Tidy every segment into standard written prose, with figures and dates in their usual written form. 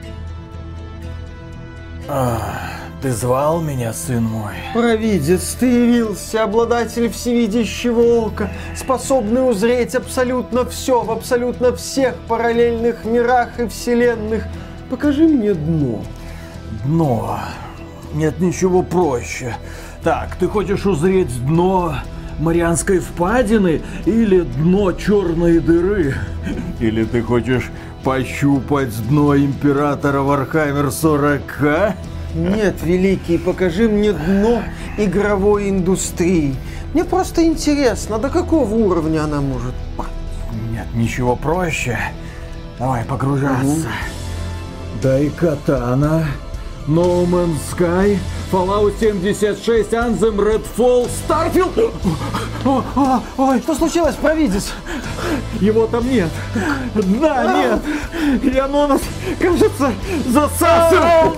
Ты звал меня, сын мой? Провидец, ты явился, обладатель всевидящего ока, способный узреть абсолютно все в абсолютно всех параллельных мирах и вселенных. Покажи мне дно. Дно? Нет ничего проще. Так, ты хочешь узреть дно Марианской впадины или дно черной дыры? Или ты хочешь пощупать дно императора Вархаммер 40К? Нет, великий, покажи мне дно игровой индустрии. Мне просто интересно, до какого уровня она может падать. Нет ничего проще. Давай погружаться. Daikatana, No Man's Sky, Fallout 76, Anthem, Redfall, Starfield. Ой, что случилось, провидец? Его там нет. Да, нет. И оно нас, кажется, засасывает.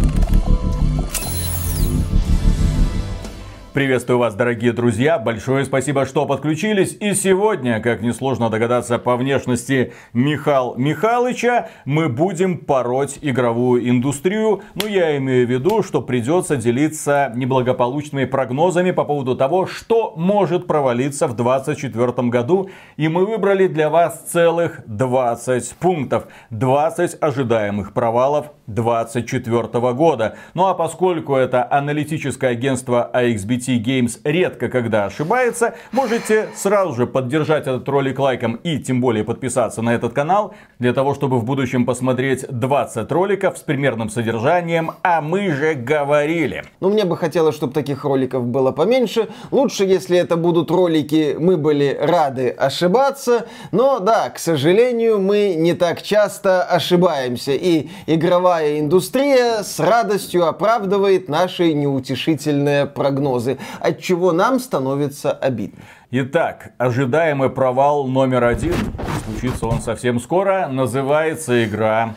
Приветствую вас, дорогие друзья. Большое спасибо, что подключились. И сегодня, как несложно догадаться по внешности Михаила Михайловича, мы будем пороть игровую индустрию. Ну, я имею в виду, что придется делиться неблагополучными прогнозами по поводу того, что может провалиться в 2024 году. И мы выбрали для вас целых 20 пунктов. 20 ожидаемых провалов 2024 года. Ну а поскольку это аналитическое агентство AXBT Games редко когда ошибается, можете сразу же поддержать этот ролик лайком и тем более подписаться на этот канал, для того, чтобы в будущем посмотреть 20 роликов с примерным содержанием «А мы же говорили». Ну, мне бы хотелось, чтобы таких роликов было поменьше. Лучше, если это будут ролики «Мы были рады ошибаться». Но да, к сожалению, мы не так часто ошибаемся. И игровая индустрия с радостью оправдывает наши неутешительные прогнозы, от чего нам становится обидно. Итак, ожидаемый провал номер 1, случится он совсем скоро, называется игра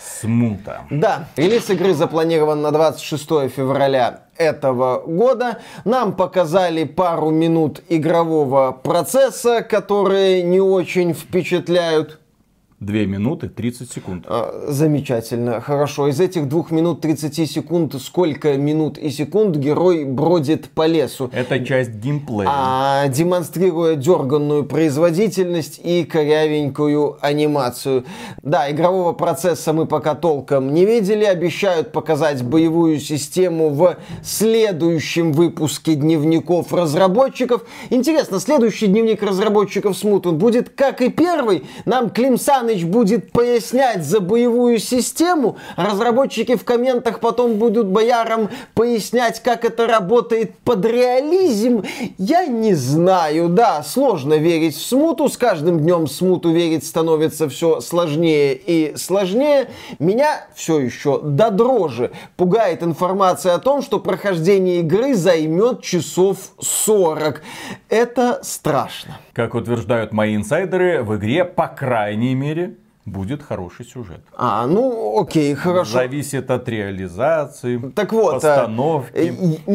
Смута. Да, релиз игры запланирован на 26 февраля этого года. Нам показали пару минут игрового процесса, которые не очень впечатляют. 2 минуты 30 секунд. Замечательно, хорошо. Из этих 2 минут 30 секунд сколько минут и секунд герой бродит по лесу? Это часть геймплея. Демонстрируя дерганную производительность и корявенькую анимацию. Да, игрового процесса мы пока толком не видели. Обещают показать боевую систему в следующем выпуске дневников разработчиков. Интересно, следующий дневник разработчиков Смут, он будет как и первый? Нам Клим Саныч будет пояснять за боевую систему, разработчики в комментах потом будут боярам пояснять, как это работает под реализм. Я не знаю, да, сложно верить в Смуту, с каждым днем Смуту верить становится все сложнее и сложнее. Меня все еще до дрожи пугает информация о том, что прохождение игры займет часов 40. Это страшно. Как утверждают мои инсайдеры, в игре, по крайней мере, будет хороший сюжет. Ну окей, хорошо. Зависит от реализации, так вот, постановки,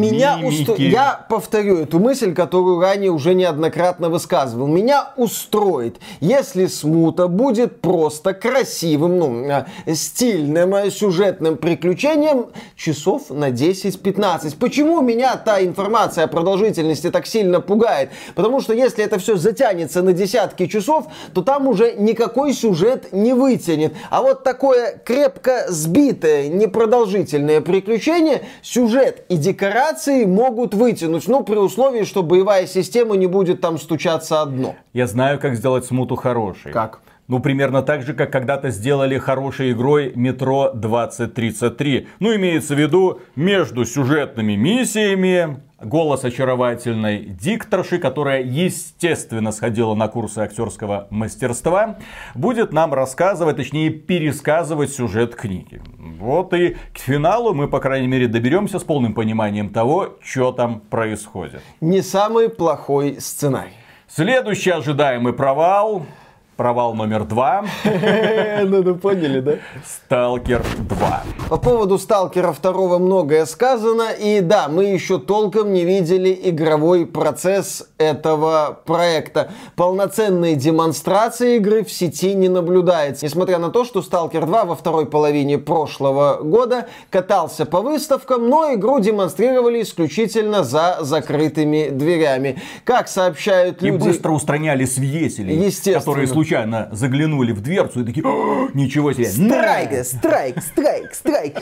Я повторю эту мысль, которую ранее уже неоднократно высказывал. Меня устроит, если Смута будет просто красивым, стильным сюжетным приключением часов на 10-15. Почему меня та информация о продолжительности так сильно пугает? Потому что если это все затянется на десятки часов, то там уже никакой сюжет не вытянет. А вот такое крепко сбитое, непродолжительное приключение сюжет и декорации могут вытянуть. При условии, что боевая система не будет там стучаться о дно. Я знаю, как сделать Смуту хорошей. Как? Примерно так же, как когда-то сделали хорошей игрой Метро 2033. Имеется в виду, между сюжетными миссиями голос очаровательной дикторши, которая, естественно, сходила на курсы актерского мастерства, будет нам рассказывать, точнее, пересказывать сюжет книги. И к финалу мы, по крайней мере, доберемся с полным пониманием того, что там происходит. Не самый плохой сценарий. Следующий ожидаемый провал Провал номер 2. Ну, поняли, да? Сталкер 2. По поводу Сталкера 2 многое сказано. И да, мы еще толком не видели игровой процесс этого проекта. Полноценной демонстрации игры в сети не наблюдается. Несмотря на то, что Сталкер 2 во второй половине прошлого года катался по выставкам, но игру демонстрировали исключительно за закрытыми дверями. Как сообщают люди... И быстро устраняли свидетелей, которые случайно заглянули в дверцу и такие: ничего себе. Страйк.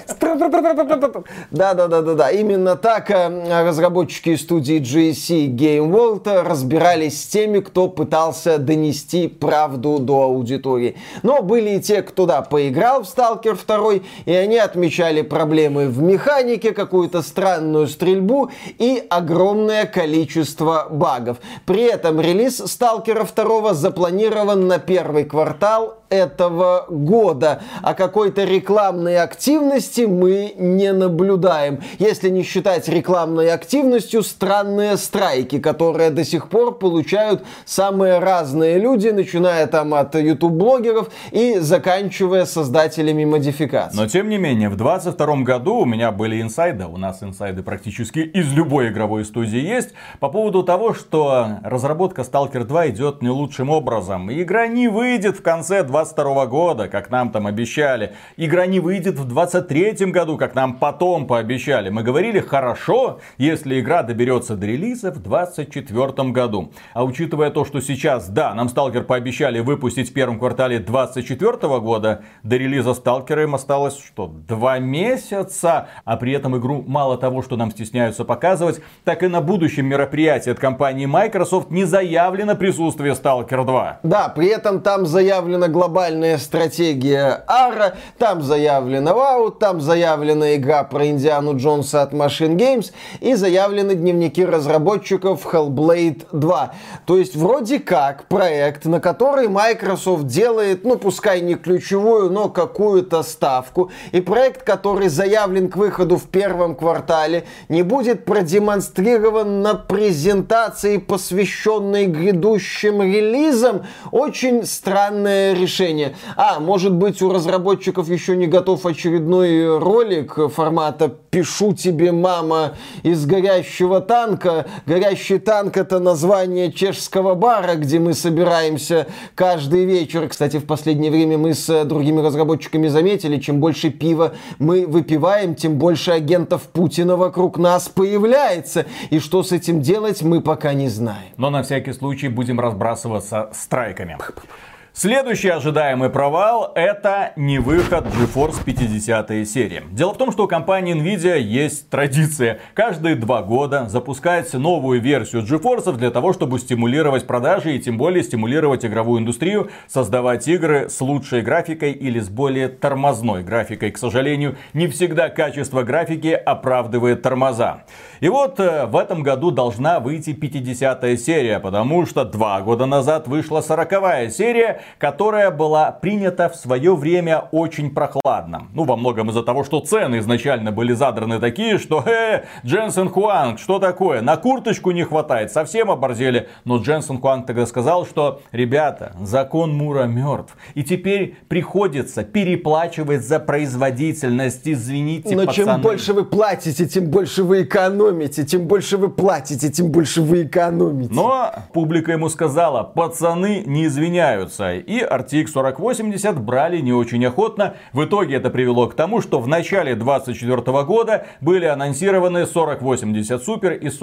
Да. Именно так разработчики студии GSC Game World разбирались с теми, кто пытался донести правду до аудитории. Но были и те, кто поиграл в Stalker 2, и они отмечали проблемы в механике, какую-то странную стрельбу и огромное количество багов. При этом релиз Stalker 2 запланирован на первый квартал этого года, а какой-то рекламной активности мы не наблюдаем. Если не считать рекламной активностью странные страйки, которые до сих пор получают самые разные люди, начиная от YouTube-блогеров и заканчивая создателями модификаций. Но тем не менее, в 2022 году у меня были инсайды, у нас инсайды практически из любой игровой студии есть, по поводу того, что разработка Stalker 2 идет не лучшим образом. Игра не выйдет в конце 2022 года, как нам там обещали. Игра не выйдет в 2023 году, как нам потом пообещали. Мы говорили, хорошо, если игра доберется до релиза в 2024 году. А учитывая то, что сейчас, да, нам Stalker пообещали выпустить в первом квартале 2024 года, до релиза Stalker им осталось, 2 месяца. А при этом игру мало того, что нам стесняются показывать, так и на будущем мероприятии от компании Microsoft не заявлено присутствие Stalker 2. Да, при этом там заявлена глобальная стратегия Ара, там заявлена Вау, там заявлена игра про Индиану Джонса от Machine Games и заявлены дневники разработчиков Hellblade 2. То есть вроде как проект, на который Microsoft делает, пускай не ключевую, но какую-то ставку, и проект, который заявлен к выходу в первом квартале, не будет продемонстрирован на презентации, посвященной грядущим релизам. Очень странное решение. Может быть, у разработчиков еще не готов очередной ролик формата «Пишу тебе, мама, из горящего танка». Горящий танк — это название чешского бара, где мы собираемся каждый вечер. Кстати, в последнее время мы с другими разработчиками заметили, чем больше пива мы выпиваем, тем больше агентов Путина вокруг нас появляется. И что с этим делать, мы пока не знаем. Но на всякий случай будем разбрасываться страйками. Следующий ожидаемый провал — это не выход GeForce 50 серии. Дело в том, что у компании Nvidia есть традиция каждые 2 года запускать новую версию GeForce для того, чтобы стимулировать продажи и тем более стимулировать игровую индустрию, создавать игры с лучшей графикой или с более тормозной графикой. К сожалению, не всегда качество графики оправдывает тормоза. И вот в этом году должна выйти 50 серия, потому что 2 года назад вышла 40 серия, которая была принята в свое время очень прохладно. Во многом из-за того, что цены изначально были задраны такие, что Дженсен Хуанг, что такое? На курточку не хватает, совсем оборзели. Но Дженсен Хуанг тогда сказал, что, ребята, закон Мура мертв. И теперь приходится переплачивать за производительность, извините, но пацаны. Чем больше вы платите, тем больше вы экономите. Чем больше вы платите, тем больше вы экономите. Но публика ему сказала, пацаны не извиняются. И RTX 4080 брали не очень охотно. В итоге это привело к тому, что в начале 2024 года были анонсированы 4080 Super и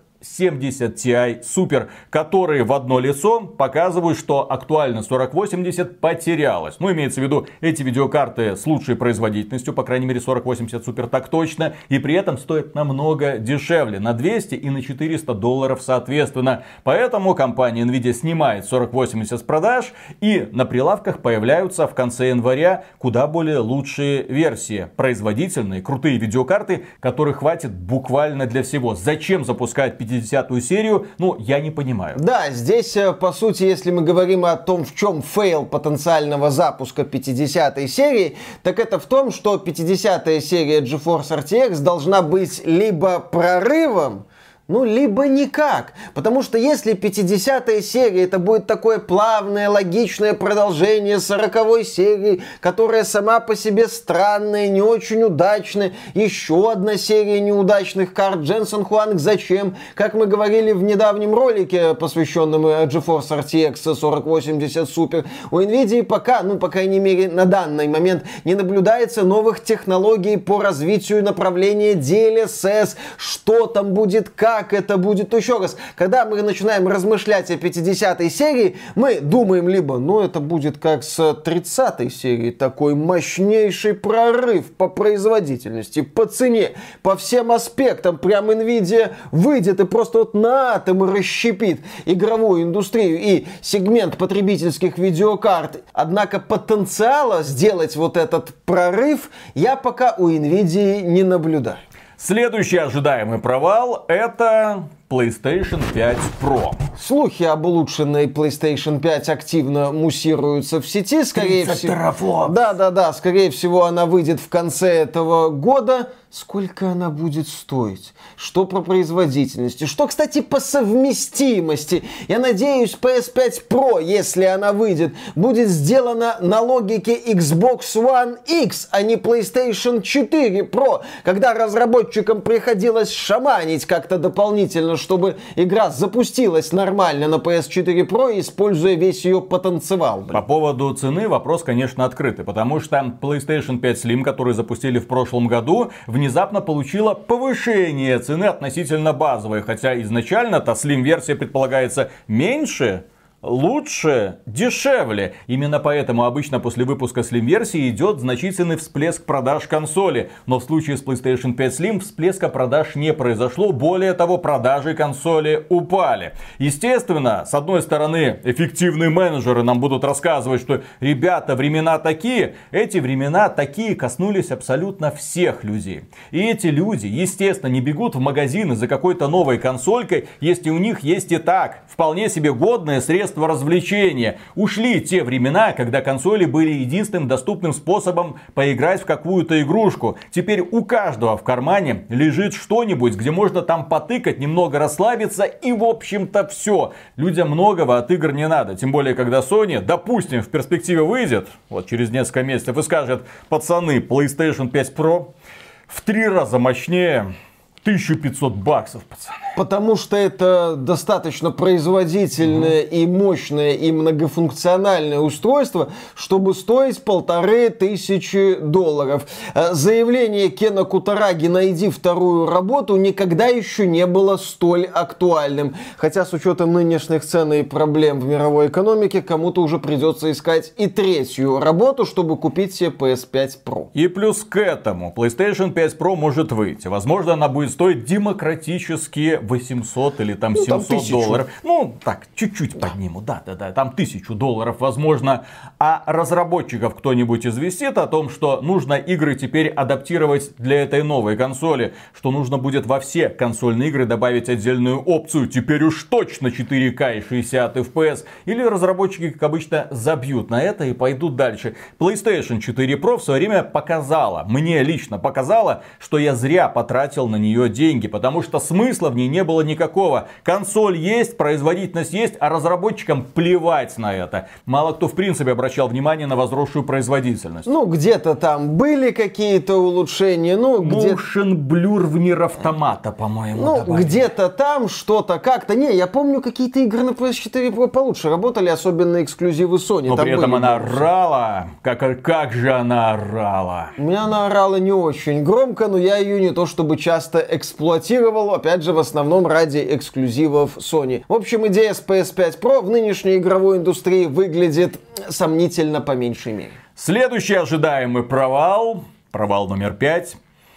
4070 Ti Super, которые в одно лицо показывают, что актуально 4080 потерялась. Имеется в виду, эти видеокарты с лучшей производительностью, по крайней мере 4080 Super так точно, и при этом стоят намного дешевле, на 200 и на 400 долларов соответственно. Поэтому компания Nvidia снимает 4080 с продаж, и на прилавках появляются в конце января куда более лучшие версии. Производительные, крутые видеокарты, которых хватит буквально для всего. Зачем запускать 50-ю серию, я не понимаю. Да, здесь, по сути, если мы говорим о том, в чем фейл потенциального запуска 50-й серии, так это в том, что 50-я серия GeForce RTX должна быть либо прорывом, Ну, либо никак. Потому что если 50-я серия это будет такое плавное, логичное продолжение 40-й серии, которая сама по себе странная, не очень удачная, еще одна серия неудачных карт, Jensen Huang зачем? Как мы говорили в недавнем ролике, посвященном GeForce RTX 4080 Super, у Nvidia пока, ну, по крайней мере, на данный момент не наблюдается новых технологий по развитию направления DLSS, что там будет, как это будет. То еще раз, когда мы начинаем размышлять о 50-й серии, мы думаем либо, ну, это будет как с 30-й серии, такой мощнейший прорыв по производительности, по цене, по всем аспектам, прям Nvidia выйдет и просто вот на атомы расщепит игровую индустрию и сегмент потребительских видеокарт. Однако потенциала сделать вот этот прорыв я пока у Nvidia не наблюдаю. Следующий ожидаемый провал — это PlayStation 5 Pro. Слухи об улучшенной PlayStation 5 активно муссируются в сети. Скорее всего, да, скорее всего, она выйдет в конце этого года. Сколько она будет стоить? Что по производительности? Что, кстати, по совместимости? Я надеюсь, PS5 Pro, если она выйдет, будет сделана на логике Xbox One X, а не PlayStation 4 Pro, когда разработчикам приходилось шаманить как-то дополнительно, чтобы игра запустилась нормально на PS4 Pro, используя весь ее потенциал. По поводу цены вопрос, конечно, открытый, потому что PlayStation 5 Slim, который запустили в прошлом году, внезапно получила повышение цены относительно базовой, хотя изначально-то Slim-версия предполагается меньше, лучше, дешевле. Именно поэтому обычно после выпуска Slim-версии идет значительный всплеск продаж консоли. Но в случае с PlayStation 5 Slim всплеска продаж не произошло. Более того, продажи консоли упали. Естественно, с одной стороны, эффективные менеджеры нам будут рассказывать, что ребята, времена такие. Эти времена такие коснулись абсолютно всех людей. И эти люди, естественно, не бегут в магазины за какой-то новой консолькой, если у них есть и так вполне себе годное средство развлечения. Ушли те времена, когда консоли были единственным доступным способом поиграть в какую-то игрушку. Теперь у каждого в кармане лежит что-нибудь, где можно там потыкать, немного расслабиться и, в общем-то, все. Людям многого от игр не надо. Тем более, когда Sony, допустим, в перспективе выйдет, вот через несколько месяцев, и скажет: пацаны, PlayStation 5 Pro в 3 раза мощнее. $1500, пацаны. Потому что это достаточно производительное и мощное и многофункциональное устройство, чтобы стоить $1500. Заявление Кена Кутараги «Найди вторую работу» никогда еще не было столь актуальным. Хотя с учетом нынешних цен и проблем в мировой экономике, кому-то уже придется искать и третью работу, чтобы купить себе PS5 Pro. И плюс к этому PlayStation 5 Pro может выйти. Возможно, она будет стоить демократические 800 или там 700 долларов. Ну, так, чуть-чуть подниму. Да, там $1000, возможно. А разработчиков кто-нибудь известит о том, что нужно игры теперь адаптировать для этой новой консоли. Что нужно будет во все консольные игры добавить отдельную опцию. Теперь уж точно 4К и 60 FPS. Или разработчики, как обычно, забьют на это и пойдут дальше. PlayStation 4 Pro в свое время показала, мне лично показала, что я зря потратил на нее деньги. Потому что смысла в ней не было никакого. Консоль есть, производительность есть, а разработчикам плевать на это. Мало кто в принципе обращал внимание на возросшую производительность. Ну, где-то там были какие-то улучшения. Ну, Motion Blur в Nier Automata, по-моему, ну, добавили. где-то там что-то как-то. Не, я помню, какие-то игры на PS4 Pro получше работали, особенно эксклюзивы Sony. Но там при этом были она минусы. орала. Как же она орала. У меня она орала не очень громко, но я ее не то чтобы часто эксплуатировал, опять же, в основном ради эксклюзивов Sony. В общем, идея с PS5 Pro в нынешней игровой индустрии выглядит сомнительно по меньшей мере. Следующий ожидаемый провал номер 5.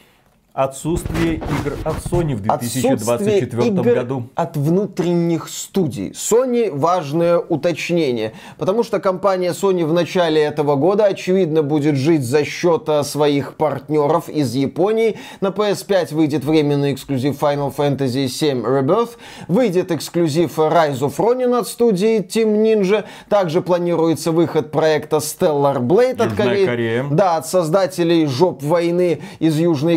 Отсутствие игр от Sony в 2024 году. От внутренних студий. Sony важное уточнение. Потому что компания Sony в начале этого года, очевидно, будет жить за счет своих партнеров из Японии. На PS5 выйдет временный эксклюзив Final Fantasy VII Rebirth. Выйдет эксклюзив Rise of Ronin от студии Team Ninja. Также планируется выход проекта Stellar Blade от Кореи. Корея. Да, от создателей жоп войны из Южной Кореи.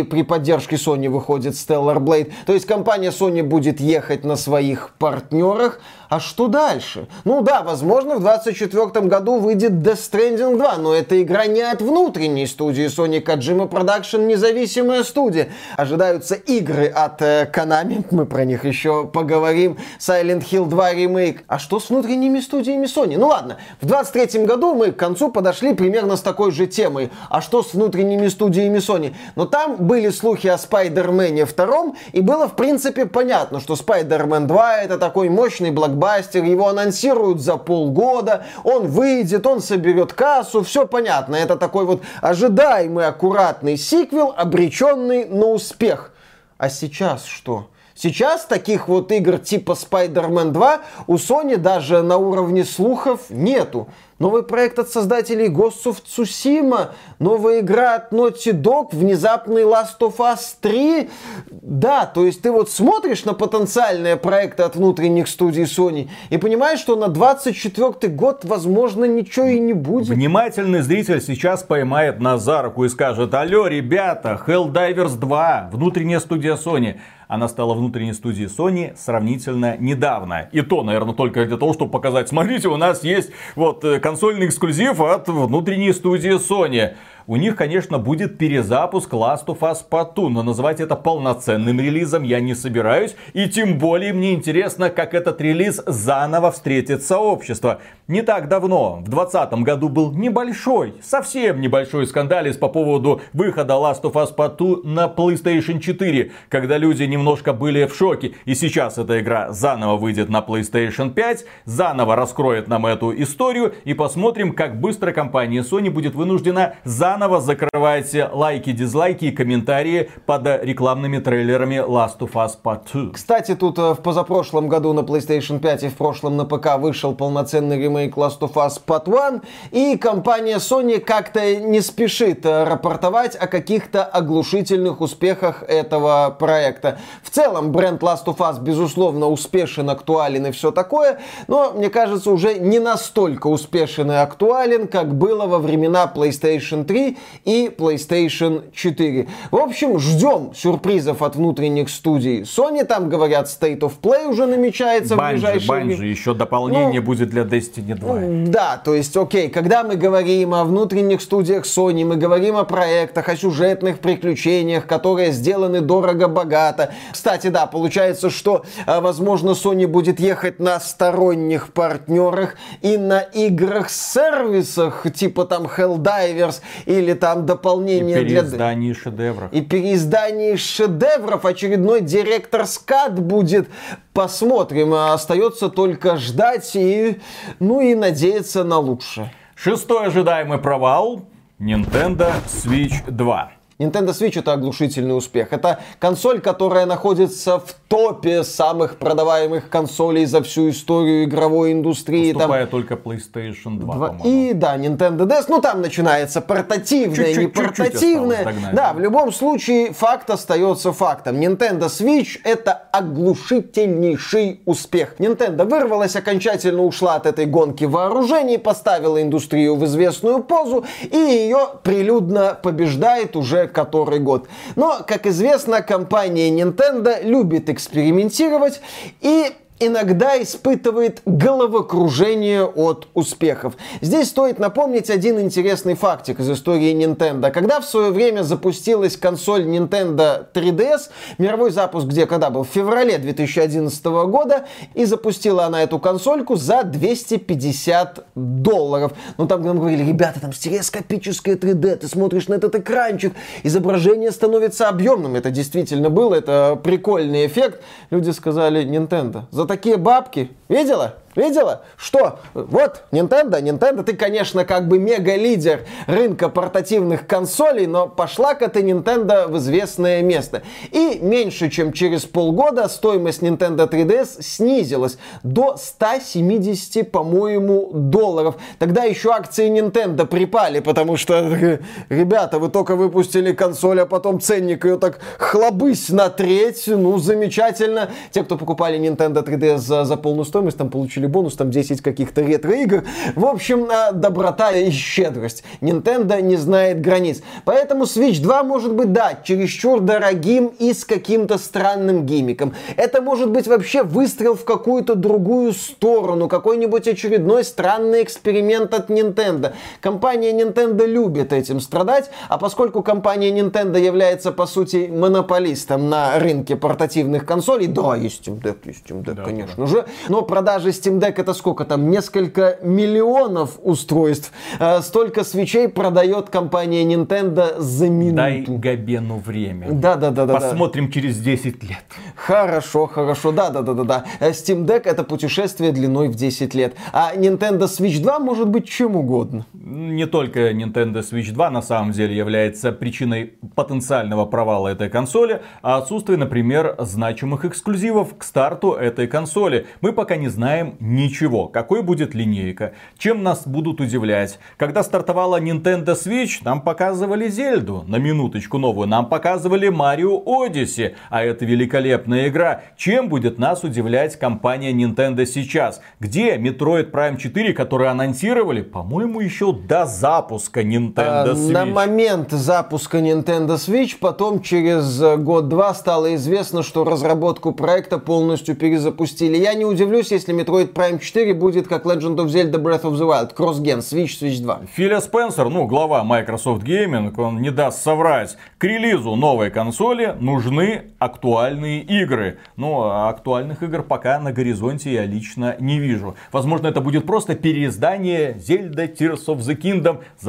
при поддержке Sony выходит Stellar Blade. То есть компания Sony будет ехать на своих партнерах. А что дальше? Ну да, возможно, в 2024 году выйдет Death Stranding 2, но эта игра не от внутренней студии Sony. Kojima Production — независимая студия. Ожидаются игры от Konami, мы про них еще поговорим. Silent Hill 2 ремейк. А что с внутренними студиями Sony? Ну ладно, в 2023 году мы к концу подошли примерно с такой же темой. А что с внутренними студиями Sony? Но там были слухи о Spider-Man 2, и было в принципе понятно, что Spider-Man 2 это такой мощный блокбастер, его анонсируют за полгода, он выйдет, он соберет кассу, все понятно. Это такой вот ожидаемый аккуратный сиквел, обреченный на успех. А сейчас что? Сейчас таких вот игр типа Spider-Man 2 у Sony даже на уровне слухов нету. Новый проект от создателей Ghost of Tsushima, новая игра от Naughty Dog, внезапный Last of Us 3. Да, то есть ты вот смотришь на потенциальные проекты от внутренних студий Sony и понимаешь, что на 24 год, возможно, ничего и не будет. Внимательный зритель сейчас поймает нас за руку и скажет: алло, ребята, Helldivers 2, внутренняя студия Sony. Она стала внутренней студией Sony сравнительно недавно. И то, наверное, только для того, чтобы показать: смотрите, у нас есть вот консольный эксклюзив от внутренней студии Sony. У них, конечно, будет перезапуск Last of Us Part 2, но называть это полноценным релизом я не собираюсь. И тем более мне интересно, как этот релиз заново встретит сообщество. Не так давно, в 2020 году, был небольшой, совсем небольшой скандалец по поводу выхода Last of Us Part 2 на PlayStation 4, когда люди немножко были в шоке. И сейчас эта игра заново выйдет на PlayStation 5, заново раскроет нам эту историю, и посмотрим, как быстро компания Sony будет вынуждена заново закрывать лайки, дизлайки и комментарии под рекламными трейлерами Last of Us Part 2. Кстати, тут в позапрошлом году на PlayStation 5 и в прошлом на ПК вышел полноценный ремейк Last of Us Part 1, и компания Sony как-то не спешит рапортовать о каких-то оглушительных успехах этого проекта. В целом, бренд Last of Us, безусловно, успешен, актуален и все такое, но, мне кажется, уже не настолько успешен и актуален, как было во времена PlayStation 3 и PlayStation 4. В общем, ждем сюрпризов от внутренних студий Sony. Там, говорят, State of Play уже намечается в ближайшее время. Банжи, еще дополнение будет для Destiny 2. Да, то есть, окей, когда мы говорим о внутренних студиях Sony, мы говорим о проектах, о сюжетных приключениях, которые сделаны дорого-богато. Кстати, да, получается, что, возможно, Sony будет ехать на сторонних партнерах и на играх-сервисах, типа там Helldivers, или там дополнение для... И переиздании шедевров. И переиздании шедевров. Очередной директорс кат будет. Посмотрим. Остается только ждать и надеяться на лучшее. Шестой ожидаемый провал. Nintendo Switch 2. Nintendo Switch — это оглушительный успех. Это консоль, которая находится в топе самых продаваемых консолей за всю историю игровой индустрии. Уступая только PlayStation 2, по-моему. И да, Nintendo DS. Там начинается портативное, не портативное. Да, в любом случае факт остается фактом. Nintendo Switch — это оглушительнейший успех. Nintendo вырвалась, окончательно ушла от этой гонки вооружений, поставила индустрию в известную позу и ее прилюдно побеждает уже который год. Но, как известно, компания Nintendo любит экспериментировать и иногда испытывает головокружение от успехов. Здесь стоит напомнить один интересный фактик из истории Nintendo. Когда в свое время запустилась консоль Nintendo 3DS, мировой запуск когда был? В феврале 2011 года, и запустила она эту консольку за $250. Там нам говорили: ребята, там стереоскопическое 3D, ты смотришь на этот экранчик, изображение становится объемным. Это действительно было, это прикольный эффект. Люди сказали: Nintendo, за такие бабки. Видела? Что? Вот, Nintendo, ты, конечно, как бы мега-лидер рынка портативных консолей, но пошла-ка ты, Nintendo, в известное место. И меньше чем через полгода стоимость Nintendo 3DS снизилась до 170, по-моему, долларов. Тогда еще акции Nintendo припали, потому что, ребята, вы только выпустили консоль, а потом ценник ее так хлобысь на треть. Замечательно. Те, кто покупали Nintendo 3DS за полную стоимость, там получили дополнительный бонус, там 10 каких-то ретро-игр. В общем, доброта и щедрость. Nintendo не знает границ. Поэтому Switch 2 может быть, да, чересчур дорогим и с каким-то странным гиммиком. Это может быть вообще выстрел в какую-то другую сторону, какой-нибудь очередной странный эксперимент от Nintendo. Компания Nintendo любит этим страдать, а поскольку компания Nintendo является, по сути, монополистом на рынке портативных консолей, да, есть Steam Deck, конечно же, но продажи Steam Deck это сколько там, несколько миллионов устройств. Столько свечей продает компания Nintendo за минуту. Дай Габену время. Да. Посмотрим через 10 лет. Хорошо, да. Steam Deck это путешествие длиной в 10 лет. А Nintendo Switch 2 может быть чем угодно. Не только Nintendo Switch 2 на самом деле является причиной потенциального провала этой консоли, а отсутствие, например, значимых эксклюзивов к старту этой консоли. Мы пока не знаем ничего. Какой будет линейка? Чем нас будут удивлять? Когда стартовала Nintendo Switch, нам показывали Зельду, на минуточку новую. Нам показывали Mario Odyssey, а это великолепная игра. Чем будет нас удивлять компания Nintendo сейчас? Где Metroid Prime 4, который анонсировали, по-моему, еще до запуска Nintendo Switch? На момент запуска Nintendo Switch, потом через год-два стало известно, что разработку проекта полностью перезапустили. Я не удивлюсь, если Metroid Prime 4 будет как Legend of Zelda Breath of the Wild, кросс-ген, Switch 2. Филя Спенсер, глава Microsoft Gaming, он не даст соврать. К релизу новой консоли нужны актуальные игры. А актуальных игр пока на горизонте я лично не вижу. Возможно, это будет просто переиздание Zelda Tears of the Kingdom за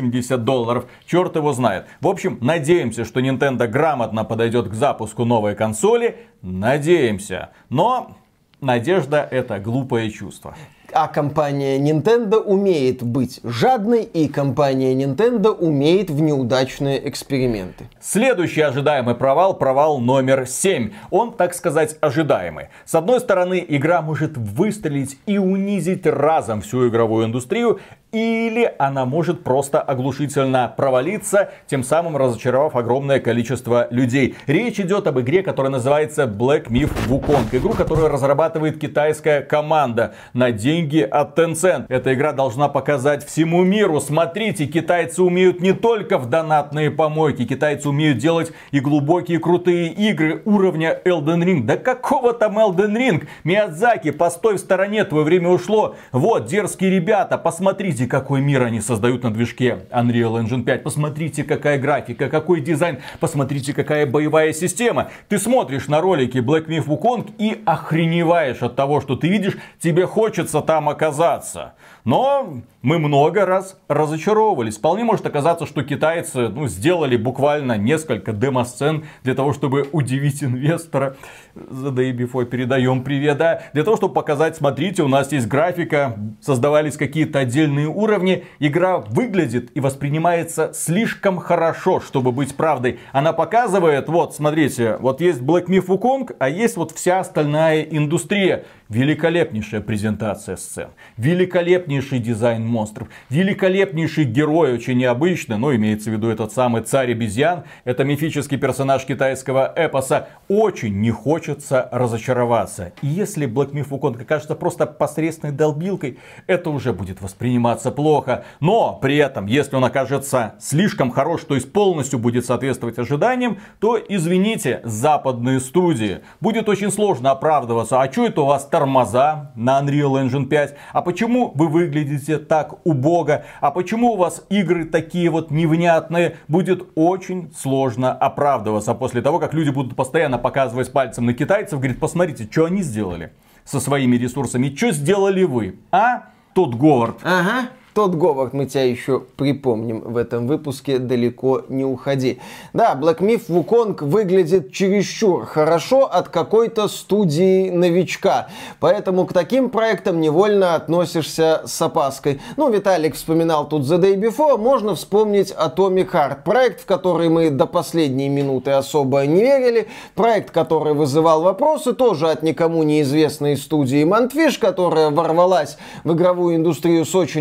$80. Черт его знает. В общем, надеемся, что Nintendo грамотно подойдет к запуску новой консоли. Надеемся. Но надежда это глупое чувство. А компания Nintendo умеет быть жадной, и компания Nintendo умеет в неудачные эксперименты. Следующий ожидаемый провал номер 7. Он, так сказать, ожидаемый. С одной стороны, игра может выстрелить и унизить разом всю игровую индустрию, или она может просто оглушительно провалиться, тем самым разочаровав огромное количество людей. Речь идет об игре, которая называется Black Myth Wukong. Игру, которую разрабатывает китайская команда на деньги от Tencent. Эта игра должна показать всему миру: смотрите, китайцы умеют не только в донатные помойки, китайцы умеют делать и глубокие крутые игры уровня Elden Ring. Да какого там Elden Ring? Миядзаки, постой в стороне, твое время ушло. Вот, дерзкие ребята, посмотрите, какой мир они создают на движке Unreal Engine 5. Посмотрите, какая графика, какой дизайн. Посмотрите, какая боевая система. Ты смотришь на ролики Black Myth Wukong и охреневаешь от того, что ты видишь. Тебе хочется там оказаться. Но мы много раз разочаровывались. Вполне может оказаться, что китайцы сделали буквально несколько демо-сцен для того, чтобы удивить инвестора. The Day Before передаем привет, да. Для того, чтобы показать: смотрите, у нас есть графика, создавались какие-то отдельные уровни. Игра выглядит и воспринимается слишком хорошо, чтобы быть правдой. Она показывает: вот, смотрите, вот есть Black Myth Wukong, а есть вот вся остальная индустрия. Великолепнейшая презентация сцен, великолепнейший дизайн монстров, великолепнейший герой, очень необычный, имеется в виду этот самый царь обезьян. Это мифический персонаж китайского эпоса. Очень не хочется разочароваться. И если Black Myth Wukong окажется просто посредственной долбилкой, это уже будет восприниматься плохо. Но при этом, если он окажется слишком хорош, то есть полностью будет соответствовать ожиданиям, то, извините, западные студии, будет очень сложно оправдываться. А что это у вас тормоза на Unreal Engine 5? А почему вы выглядите так убого? А почему у вас игры такие вот невнятные? Будет очень сложно оправдываться после того, как люди будут постоянно показывать пальцем на китайцев. Говорит: посмотрите, что они сделали со своими ресурсами. Что сделали вы? Тот Говард. Ага. Тот Говард, мы тебя еще припомним в этом выпуске, далеко не уходи. Да, Black Myth Wukong выглядит чересчур хорошо от какой-то студии новичка, поэтому к таким проектам невольно относишься с опаской. Виталик вспоминал тут The Day Before, можно вспомнить Atomic Heart, проект, в который мы до последней минуты особо не верили, проект, который вызывал вопросы, тоже от никому неизвестной студии Montfish, которая ворвалась в игровую индустрию с очень красивым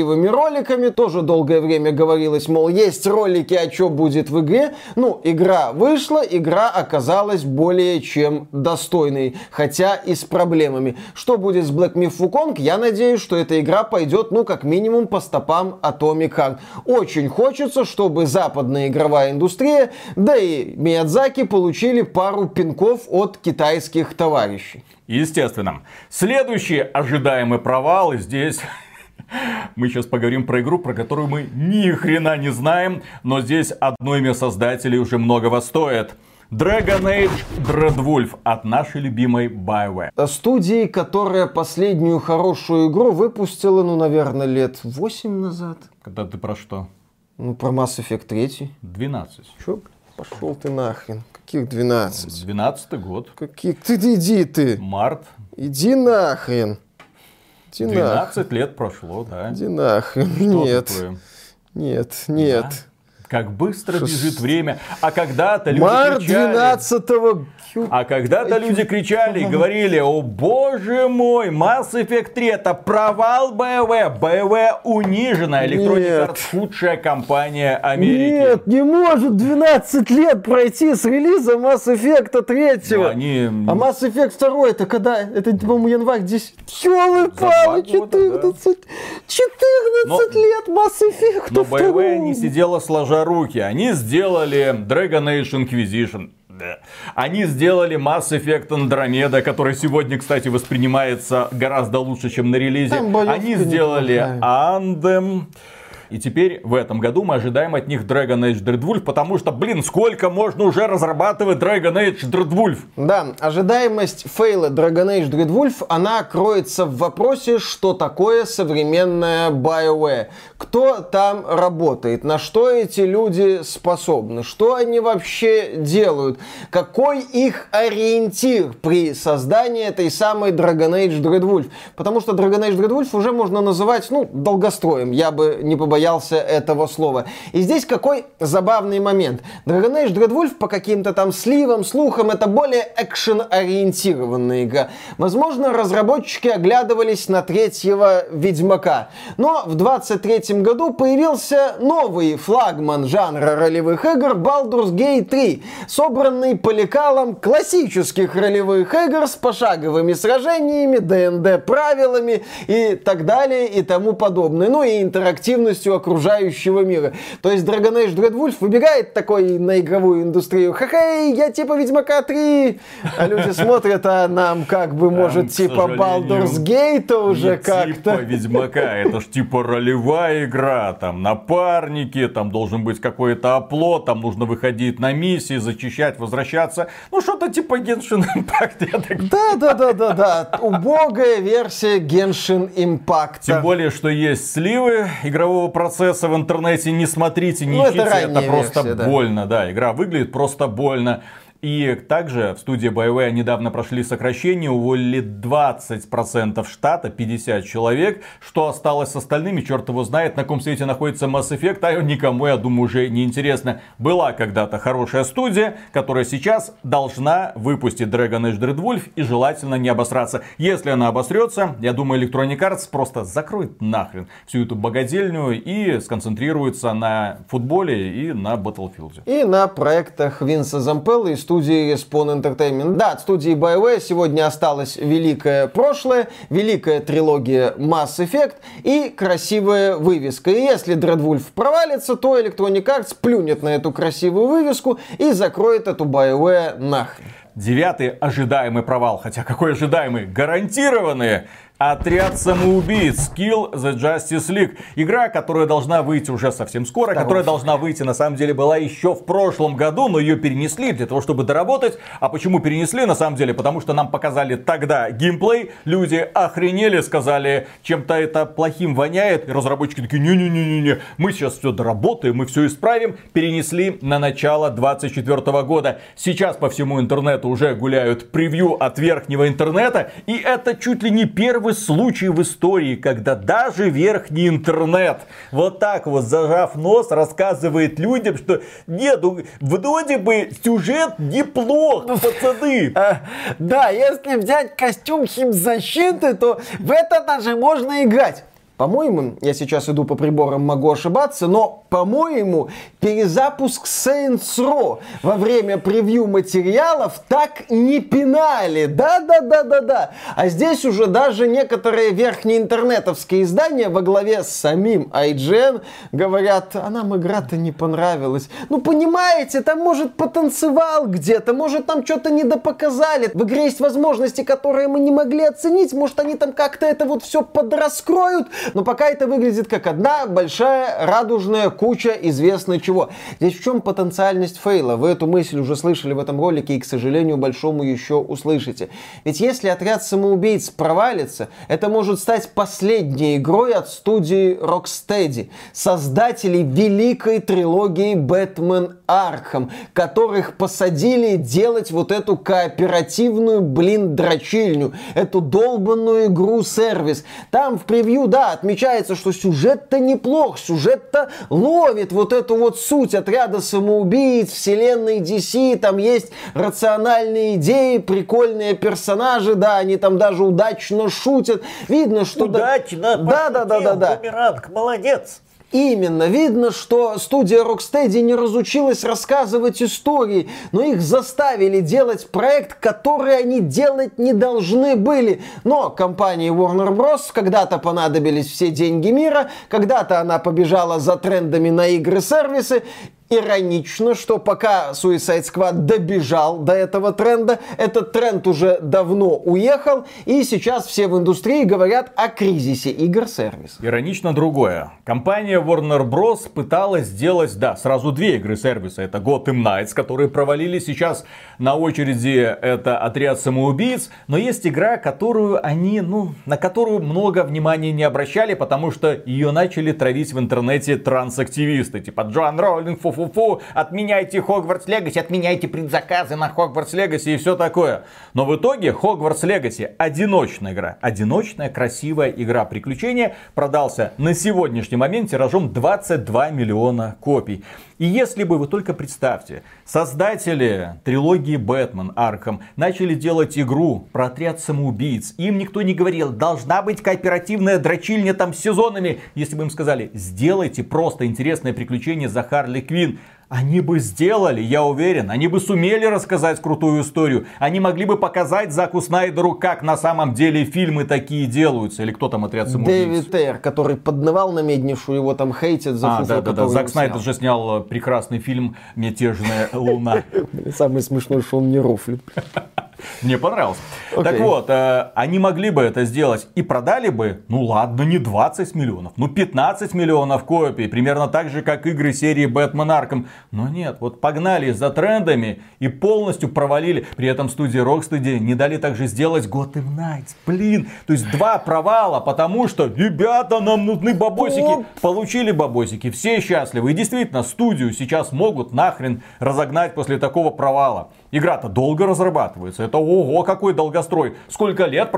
красивыми роликами. Тоже долгое время говорилось, мол, есть ролики, а что будет в игре. Ну, игра вышла, игра оказалась более чем достойной, хотя и с проблемами. Что будет с Black Myth Wukong? Я надеюсь, что эта игра пойдет, ну, как минимум, по стопам Atomic Heart. Очень хочется, чтобы западная игровая индустрия, да и Миядзаки получили пару пинков от китайских товарищей. Естественно. Следующий ожидаемый провал, и здесь мы сейчас поговорим про игру, про которую мы ни хрена не знаем, но здесь одно имя создателей уже многого стоит. Dragon Age Dreadwolf от нашей любимой BioWare. Студии, которая последнюю хорошую игру выпустила, ну, наверное, лет 8 назад. Когда ты про что? Ну, про Mass Effect 3. 12. Чё? Пошел ты нахрен. Каких 12? 12-й год. Каких? Ты иди ты. Март. Иди нахрен. Иди 12 лет прошло, да. Иди нахрен. Что Нет. такое? Нет. Да? Как быстро бежит время. А когда-то люди Март кричали. 12-го. А когда-то люди кричали и говорили: о боже мой, Mass Effect 3 это провал BioWare. BioWare унижена. Electronic Arts худшая компания Америки. Нет, не может 12 лет пройти с релиза Mass Effect 3. А Mass Effect 2 это когда? Это, по-моему, январь 10. Ёлы-палы, 14. 14 лет Mass Effect 2. Но BioWare не сидела сложа руки. Они сделали Dragon Age Inquisition. Они сделали Mass Effect Andromeda, который сегодня, кстати, воспринимается гораздо лучше, чем на релизе. Они сделали Anthem. И теперь в этом году мы ожидаем от них Dragon Age Dreadwolf, потому что, сколько можно уже разрабатывать Dragon Age Dreadwolf? Да, ожидаемость фейла Dragon Age Dreadwolf, она кроется в вопросе, что такое современная BioWare. Кто там работает, на что эти люди способны, что они вообще делают, какой их ориентир при создании этой самой Dragon Age Dreadwolf. Потому что Dragon Age Dreadwolf уже можно называть, долгостроем, я бы не побоялся этого слова. И здесь какой забавный момент. Dragon Age Dreadwolf по каким-то там сливам, слухам, это более экшен-ориентированная игра. Возможно, разработчики оглядывались на третьего Ведьмака. Но в 23-м году появился новый флагман жанра ролевых игр Baldur's Gate 3, собранный по лекалам классических ролевых игр с пошаговыми сражениями, ДНД правилами и так далее и тому подобное. Ну и интерактивностью окружающего мира. То есть Dragon Age Dreadwolf выбегает такой на игровую индустрию: ха-хей, я типа Ведьмака 3. А люди смотрят, а нам как бы может типа Baldur's Gate уже как-то. Типа Ведьмака, это ж типа ролевая игра, там напарники, там должен быть какой-то оплот, там нужно выходить на миссии, зачищать, возвращаться. Ну что-то типа Genshin Impact. Да. Убогая версия Genshin Impact. Тем более, что есть сливы игрового процесса в интернете. Не смотрите, не ищите, это просто версия, больно. Да, игра выглядит просто больно. И также в студии BioWare недавно прошли сокращение, уволили 20% штата, 50 человек. Что осталось с остальными, черт его знает, на каком свете находится Mass Effect, а никому, я думаю, уже не интересно. Была когда-то хорошая студия, которая сейчас должна выпустить Dragon Age Dreadwolf и желательно не обосраться. Если она обосрется, я думаю, Electronic Arts просто закроет нахрен всю эту богадельню и сконцентрируется на футболе и на Battlefield. И на проектах Винса Зампелла и студии Respawn Entertainment. Да, от студии BioWare сегодня осталось великое прошлое, великая трилогия Mass Effect и красивая вывеска. И если Dreadwolf провалится, то Electronic Arts плюнет на эту красивую вывеску и закроет эту BioWare нахрен. 9-й ожидаемый провал, хотя какой ожидаемый, гарантированный. Отряд самоубийц Kill the Justice League. Игра, которая должна выйти уже совсем скоро, которая должна выйти, на самом деле, была еще в прошлом году, но ее перенесли для того, чтобы доработать. А почему перенесли, на самом деле? Потому что нам показали тогда геймплей, люди охренели, сказали, чем-то это плохим воняет, и разработчики такие: не-не-не-не, мы сейчас все доработаем, мы все исправим. Перенесли на начало 2024 года. Сейчас по всему интернету уже гуляют превью от верхнего интернета, и это чуть ли не первый случай в истории, когда даже верхний интернет вот так вот, зажав нос, рассказывает людям, что нет, вроде бы сюжет неплох, пацаны. Да, если взять костюм химзащиты, то в это даже можно играть. По-моему, я сейчас иду по приборам, могу ошибаться, но, по-моему, перезапуск Saints Row во время превью материалов так не пинали. Да. А здесь уже даже некоторые верхние интернетовские издания во главе с самим IGN говорят, а нам игра-то не понравилась. Ну, понимаете, там, может, потанцевал где-то, может, там что-то недопоказали. В игре есть возможности, которые мы не могли оценить, может, они там как-то это вот все подраскроют, но пока это выглядит как одна большая радужная куча известно чего. Здесь в чем потенциальность фейла? Вы эту мысль уже слышали в этом ролике и, к сожалению, большому еще услышите. Ведь если отряд самоубийц провалится, это может стать последней игрой от студии Rocksteady, создателей великой трилогии Бэтмен Аркхэм, которых посадили делать вот эту кооперативную, дрочильню, эту долбанную игру-сервис. Там в превью, да, отмечается, что сюжет-то неплох, сюжет-то ловит вот эту вот суть отряда самоубийц, вселенной DC, там есть рациональные идеи, прикольные персонажи, да, они там даже удачно шутят. Видно, что... Удачно! Да. Бумеранг, молодец! Именно. Видно, что студия Rocksteady не разучилась рассказывать истории, но их заставили делать проект, который они делать не должны были. Но компании Warner Bros. Когда-то понадобились все деньги мира, когда-то она побежала за трендами на игры-сервисы. Иронично, что пока Suicide Squad добежал до этого тренда, этот тренд уже давно уехал, и сейчас все в индустрии говорят о кризисе игр-сервис. Иронично другое. Компания Warner Bros. Пыталась сделать, да, сразу две игры-сервиса. Это Gotham Knights, которые провалились. Сейчас на очереди это Отряд самоубийц. Но есть игра, которую они, на которую много внимания не обращали, потому что ее начали травить в интернете трансактивисты. Типа Джоан Роулинг, фу-фу-фу, отменяйте Хогвартс Легаси, отменяйте предзаказы на Хогвартс Легаси и все такое. Но в итоге Хогвартс Легаси одиночная игра. Одиночная, красивая игра приключения продался на сегодняшний момент тиражом 22 миллиона копий. И если бы, вы только представьте, создатели трилогии Бэтмен Аркхэм начали делать игру про отряд самоубийц, им никто не говорил, должна быть кооперативная дрочильня там с сезонами. Если бы им сказали, сделайте просто интересное приключение за Харли Квинн, они бы сделали, я уверен, они бы сумели рассказать крутую историю. Они могли бы показать Заку Снайдеру, как на самом деле фильмы такие делаются. Или кто там Отряд самоубийц? Дэвид Эйр, который поднывал на меднейшую, его там хейтят за фуфло, да. Зак Снайдер же снял прекрасный фильм «Мятежная луна». Самое смешное, что он не рофлит. Мне понравилось. Так вот, они могли бы это сделать и продали бы, не 20 миллионов, 15 миллионов копий. Примерно так же, как игры серии Бэтмен Аркхэм. Но нет, вот погнали за трендами и полностью провалили. При этом студии Rocksteady не дали также сделать Gotham Knights. То есть два провала, потому что, ребята, нам нужны бабосики. Получили бабосики, все счастливы. И действительно, студию сейчас могут нахрен разогнать после такого провала. Игра-то долго разрабатывается. Это ого, какой долгострой. Сколько лет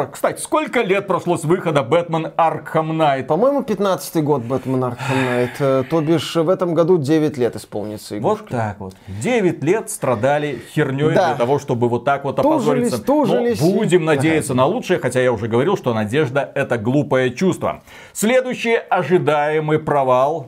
прошло с выхода Бэтмен Аркхэм Найт? По-моему, 15-й год Бэтмен Аркхэм Найт. То бишь, в этом году 9 лет исполнится игрушка. Вот так вот. 9 лет страдали херней для того, чтобы вот так вот опозориться. Тужились. Но будем надеяться на лучшее, хотя я уже говорил, что надежда — это глупое чувство. Следующий ожидаемый провал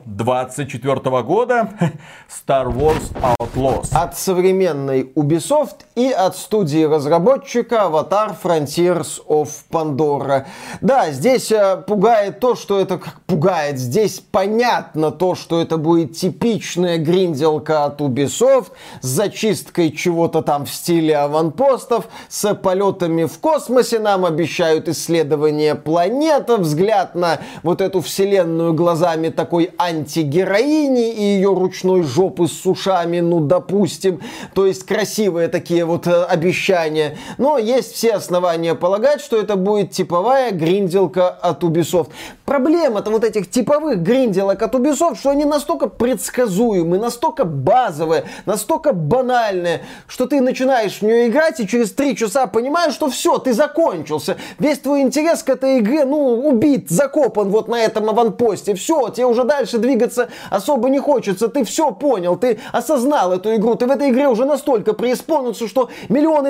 24 года — Star Wars Outlaws. От современной Ubisoft и от студии разработчика Avatar Frontiers of Pandora. Да, здесь пугает то, что это... Пугает. Здесь понятно то, что это будет типичная гринделка от Ubisoft с зачисткой чего-то там в стиле аванпостов, с полетами в космосе. Нам обещают исследование планеты, взгляд на вот эту вселенную глазами такой антигероини и ее ручной жопы с ушами, допустим. То есть красивые такие вот обещания. Но есть все основания полагать, что это будет типовая гринделка от Ubisoft. Проблема-то вот этих типовых гринделок от Ubisoft, что они настолько предсказуемые, настолько базовые, настолько банальные, что ты начинаешь в нее играть и через 3 часа понимаешь, что все, ты закончился. Весь твой интерес к этой игре, убит, закопан вот на этом аванпосте. Все, тебе уже дальше двигаться особо не хочется. Ты все понял, ты осознал эту игру, ты в этой игре уже настолько преисполнился, что миллионы, триллиарды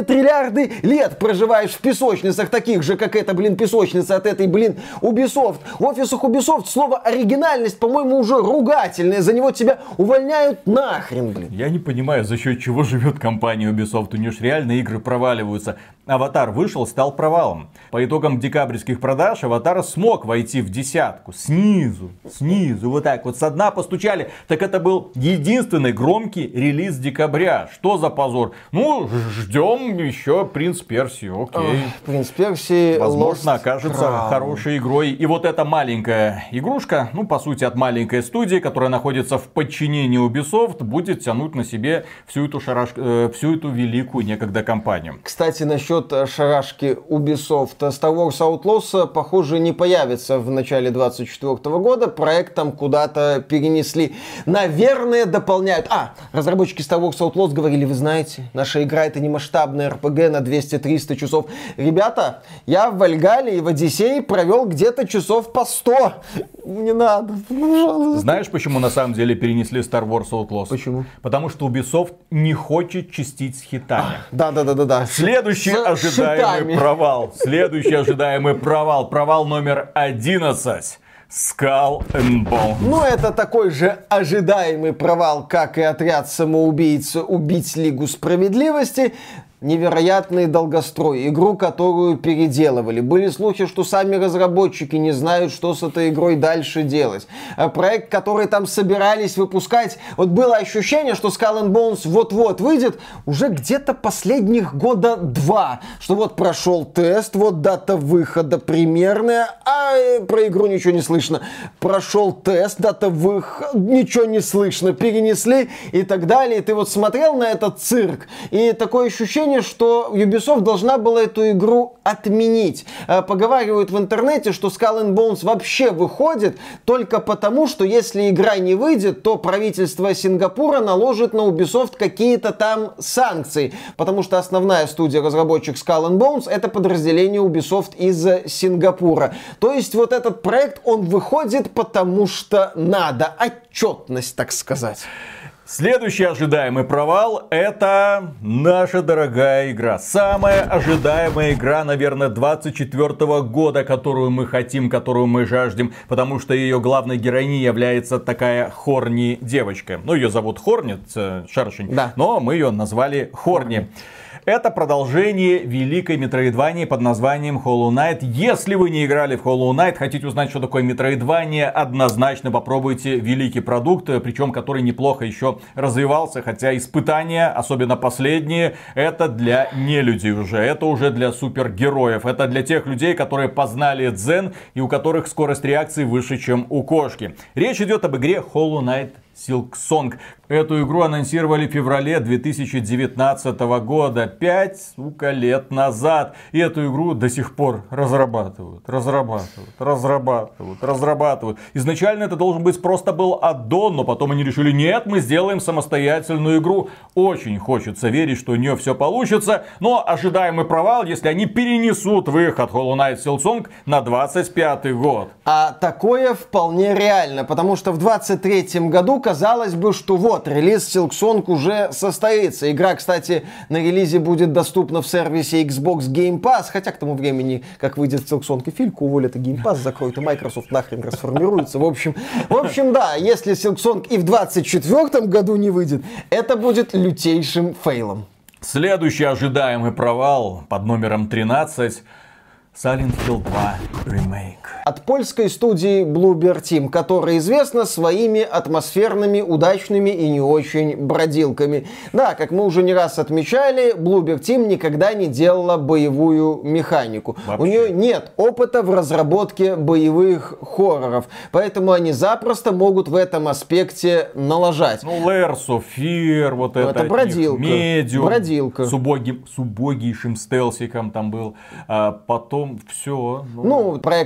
миллиарды лет проживаешь в песочницах, таких же, как эта, песочница от этой, Ubisoft. В офисах Ubisoft слово оригинальность, по-моему, уже ругательное. За него тебя увольняют нахрен, Я не понимаю, за счет чего живет компания Ubisoft. У нее ж реально игры проваливаются. Аватар вышел, стал провалом. По итогам декабрьских продаж Аватар смог войти в десятку. Снизу, вот так вот, со дна постучали. Так это был единственный громкий релиз декабря. Что за позор? Ну, ждем еще Принц Персии, окей. Принц Персии, возможно, Lost окажется Crown. хорошей игрой. И вот эта маленькая игрушка, по сути, от маленькой студии, которая находится в подчинении Ubisoft, будет тянуть на себе всю эту великую некогда компанию. Кстати, насчет шарашки Ubisoft. Star Wars Outlaws, похоже, не появится в начале 2024 года. Проект там куда-то перенесли. Наверное, дополняют. Разработчики Star Wars Outlaws говорили, вы знаете, наша игра это не масштабная RPG на 200-300 часов. Ребята, я в Вальгале и в Одиссее провел где-то часов по 100. Не надо, пожалуйста. Знаешь, почему на самом деле перенесли Star Wars Outlaws? Почему? Потому что Ubisoft не хочет чистить с хитами. Да. Следующий ожидаемый провал. Провал номер 11. Skull and Bones. Это такой же ожидаемый провал, как и отряд самоубийц «Убить Лигу Справедливости». Невероятный долгострой. Игру, которую переделывали. Были слухи, что сами разработчики не знают, что с этой игрой дальше делать. Проект, который там собирались выпускать, было ощущение, что Skull and Bones вот-вот выйдет уже где-то последних года 2. Что прошел тест, дата выхода примерная, а про игру ничего не слышно. Прошел тест, дата выхода, ничего не слышно. Перенесли и так далее. И ты смотрел на этот цирк, и такое ощущение, что Ubisoft должна была эту игру отменить. Поговаривают в интернете, что Skull and Bones вообще выходит только потому, что если игра не выйдет, то правительство Сингапура наложит на Ubisoft какие-то там санкции. Потому что основная студия-разработчик Skull and Bones это подразделение Ubisoft из Сингапура. То есть этот проект, он выходит потому что надо. Отчетность, так сказать. Следующий ожидаемый провал — это наша дорогая игра. Самая ожидаемая игра, наверное, 2024 года, которую мы хотим, которую мы жаждем, потому что ее главной героиней является такая Хорни девочка. Ее зовут Хорнет, шершень, да. Но мы ее назвали Хорни. Это продолжение великой метроидвании под названием Hollow Knight. Если вы не играли в Hollow Knight, хотите узнать, что такое метроидвания, однозначно попробуйте великий продукт, причем который неплохо еще развивался, хотя испытания, особенно последние, это для нелюдей уже, это уже для супергероев, это для тех людей, которые познали дзен и у которых скорость реакции выше, чем у кошки. Речь идет об игре Hollow Knight Silksong. Эту игру анонсировали в феврале 2019 года, 5 лет назад. И эту игру до сих пор разрабатывают. Изначально это должен быть просто был аддон, но потом они решили, нет, мы сделаем самостоятельную игру. Очень хочется верить, что у нее все получится, но ожидаемый провал, если они перенесут выход Hollow Knight Silksong на 25 год. А такое вполне реально, потому что в 23 году казалось бы, что релиз Silksong уже состоится. Игра, кстати, на релизе будет доступна в сервисе Xbox Game Pass, хотя к тому времени, как выйдет Silksong и Фильку, уволят и Game Pass, закроют, и Microsoft нахрен расформируется. В общем, да, если Silksong и в 24 году не выйдет, это будет лютейшим фейлом. Следующий ожидаемый провал под номером 13. Silent Hill 2 Remake. От польской студии Bloober Team, которая известна своими атмосферными, удачными и не очень бродилками. Да, как мы уже не раз отмечали, Bloober Team никогда не делала боевую механику. Вообще. У нее нет опыта в разработке боевых хорроров, поэтому они запросто могут в этом аспекте налажать. Layers of Fear, это бродилка. Medium, Бродилка. с убогейшим стелсиком там был. Потом все. Проект Observer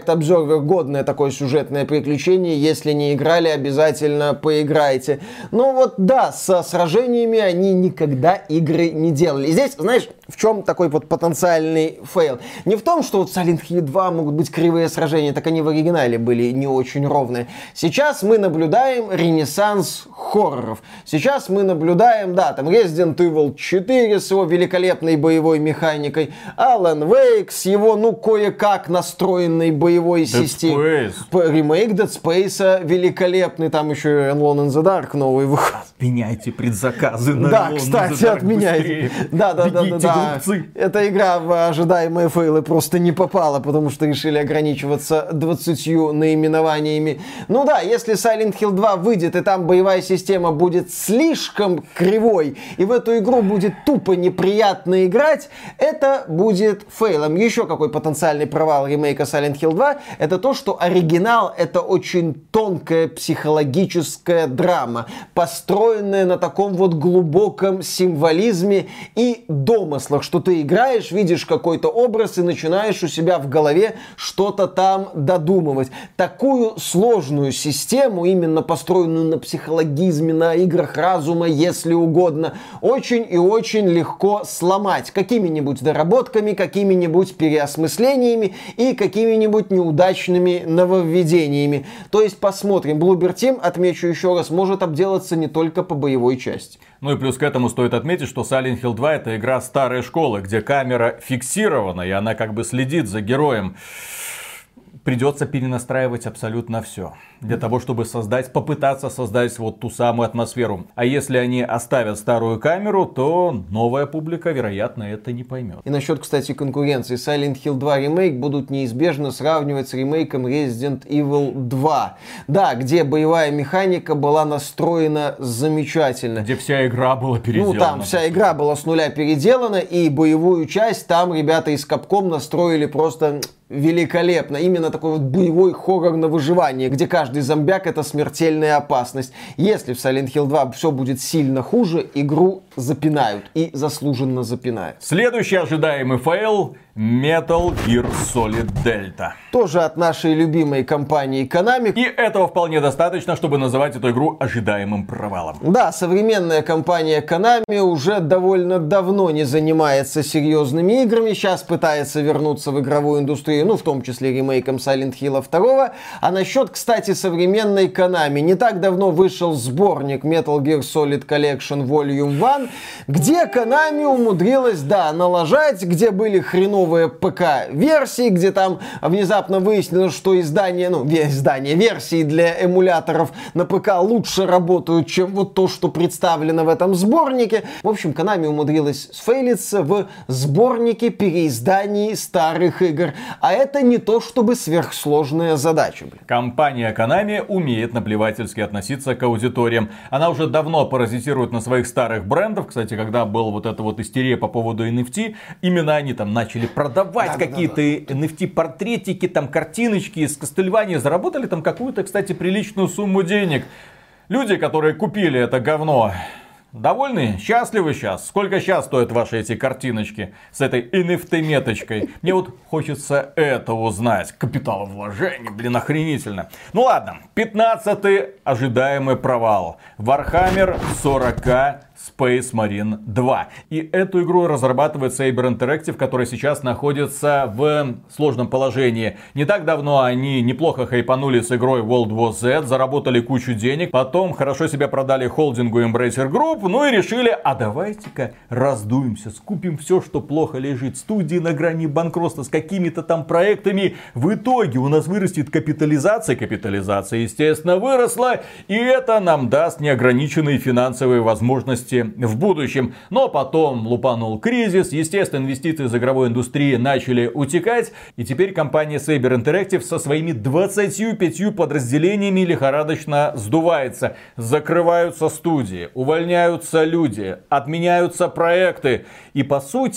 кроссовер-годное такое сюжетное приключение. Если не играли, обязательно поиграйте. Но вот да, со сражениями они никогда игры не делали. И здесь, знаешь, в чем такой вот потенциальный фейл? Не в том, что вот в Silent Hill 2 могут быть кривые сражения, так они в оригинале были не очень ровные. Сейчас мы наблюдаем ренессанс хорроров. Сейчас мы наблюдаем, да, там Resident Evil 4 с его великолепной боевой механикой, Alan Wake с его, ну, кое-как настроенной боевой системой. Ремейк Dead Space великолепный, там еще Alone in the Dark новый выход. Отменяйте предзаказы на Да, Alone in the кстати, Dark отменяйте. Да. глупцы. Эта игра в ожидаемые фейлы просто не попала, потому что решили ограничиваться 20 наименованиями. Ну да, если Silent Hill 2 выйдет, и там боевая система будет слишком кривой, и в эту игру будет тупо неприятно играть, это будет фейлом. Еще какой потенциальный провал ремейка Silent Hill 2, это то, что оригинал — это очень тонкая психологическая драма, построенная на таком вот глубоком символизме и домыслах, что ты играешь, видишь какой-то образ и начинаешь у себя в голове что-то там додумывать. Такую сложную систему, именно построенную на психологизме, на играх разума, если угодно, очень и очень легко сломать какими-нибудь доработками, какими-нибудь переосмыслениями и какими-нибудь неудачными нововведениями. То есть посмотрим. Bloober Team, отмечу еще раз, может обделаться не только по боевой части. Ну и плюс к этому стоит отметить, что Silent Hill 2 это игра старой школы, где камера фиксирована, и она как бы следит за героем. Придется перенастраивать абсолютно все. Для того, чтобы попытаться создать вот ту самую атмосферу. А если они оставят старую камеру, то новая публика, вероятно, это не поймет. И насчет, кстати, конкуренции. Silent Hill 2 ремейк будут неизбежно сравнивать с ремейком Resident Evil 2. Да, где боевая механика была настроена замечательно. Где вся игра была переделана. Ну, там вся игра была с нуля переделана, и боевую часть там ребята из Capcom настроили просто великолепно. Именно такой вот боевой хоррор на выживание, где каждый зомбяк — это смертельная опасность. Если в Silent Hill 2 все будет сильно хуже, игру запинают. И заслуженно запинают. Следующий ожидаемый фейл — Metal Gear Solid Delta. Тоже от нашей любимой компании Konami. И этого вполне достаточно, чтобы называть эту игру ожидаемым провалом. Да, современная компания Konami уже довольно давно не занимается серьезными играми. Сейчас пытается вернуться в игровую индустрию, ну, в том числе ремейком Silent Hill 2. А насчет, кстати, современной Konami. Не так давно вышел сборник Metal Gear Solid Collection Volume 1, где Konami умудрилась, да, налажать, где были хреновые ПК-версии, где там внезапно выяснилось, что версии для эмуляторов на ПК лучше работают, чем вот то, что представлено в этом сборнике. В общем, Konami умудрилась сфейлиться в сборнике переизданий старых игр. А это не то, чтобы сверхсложная задача. Компания Konami умеет наплевательски относиться к аудиториям. Она уже давно паразитирует на своих старых брендах. Кстати, когда была вот эта вот истерия по поводу NFT, именно они там начали продавать какие-то NFT-портретики, там картиночки из Castlevania, заработали там какую-то, кстати, приличную сумму денег. Люди, которые купили это говно, довольны? Счастливы сейчас? Сколько сейчас стоят ваши эти картиночки с этой NFT-меточкой? Мне вот хочется это узнать. Капиталовложение, блин, охренительно. Ну ладно, 15-й ожидаемый провал. Warhammer 40K Space Marine 2. И эту игру разрабатывает Saber Interactive, которая сейчас находится в сложном положении. Не так давно они неплохо хайпанули с игрой World War Z, заработали кучу денег, потом хорошо себя продали холдингу Embracer Group, ну и решили, а давайте-ка раздуемся, скупим все, что плохо лежит. Студии на грани банкротства с какими-то там проектами. В итоге у нас вырастет капитализация, естественно, выросла, и это нам даст неограниченные финансовые возможности в будущем. Но потом лупанул кризис, естественно, инвестиции из игровой индустрии начали утекать, и теперь компания Saber Interactive со своими 25 подразделениями лихорадочно сдувается. Закрываются студии, увольняются люди, отменяются проекты. И по сути,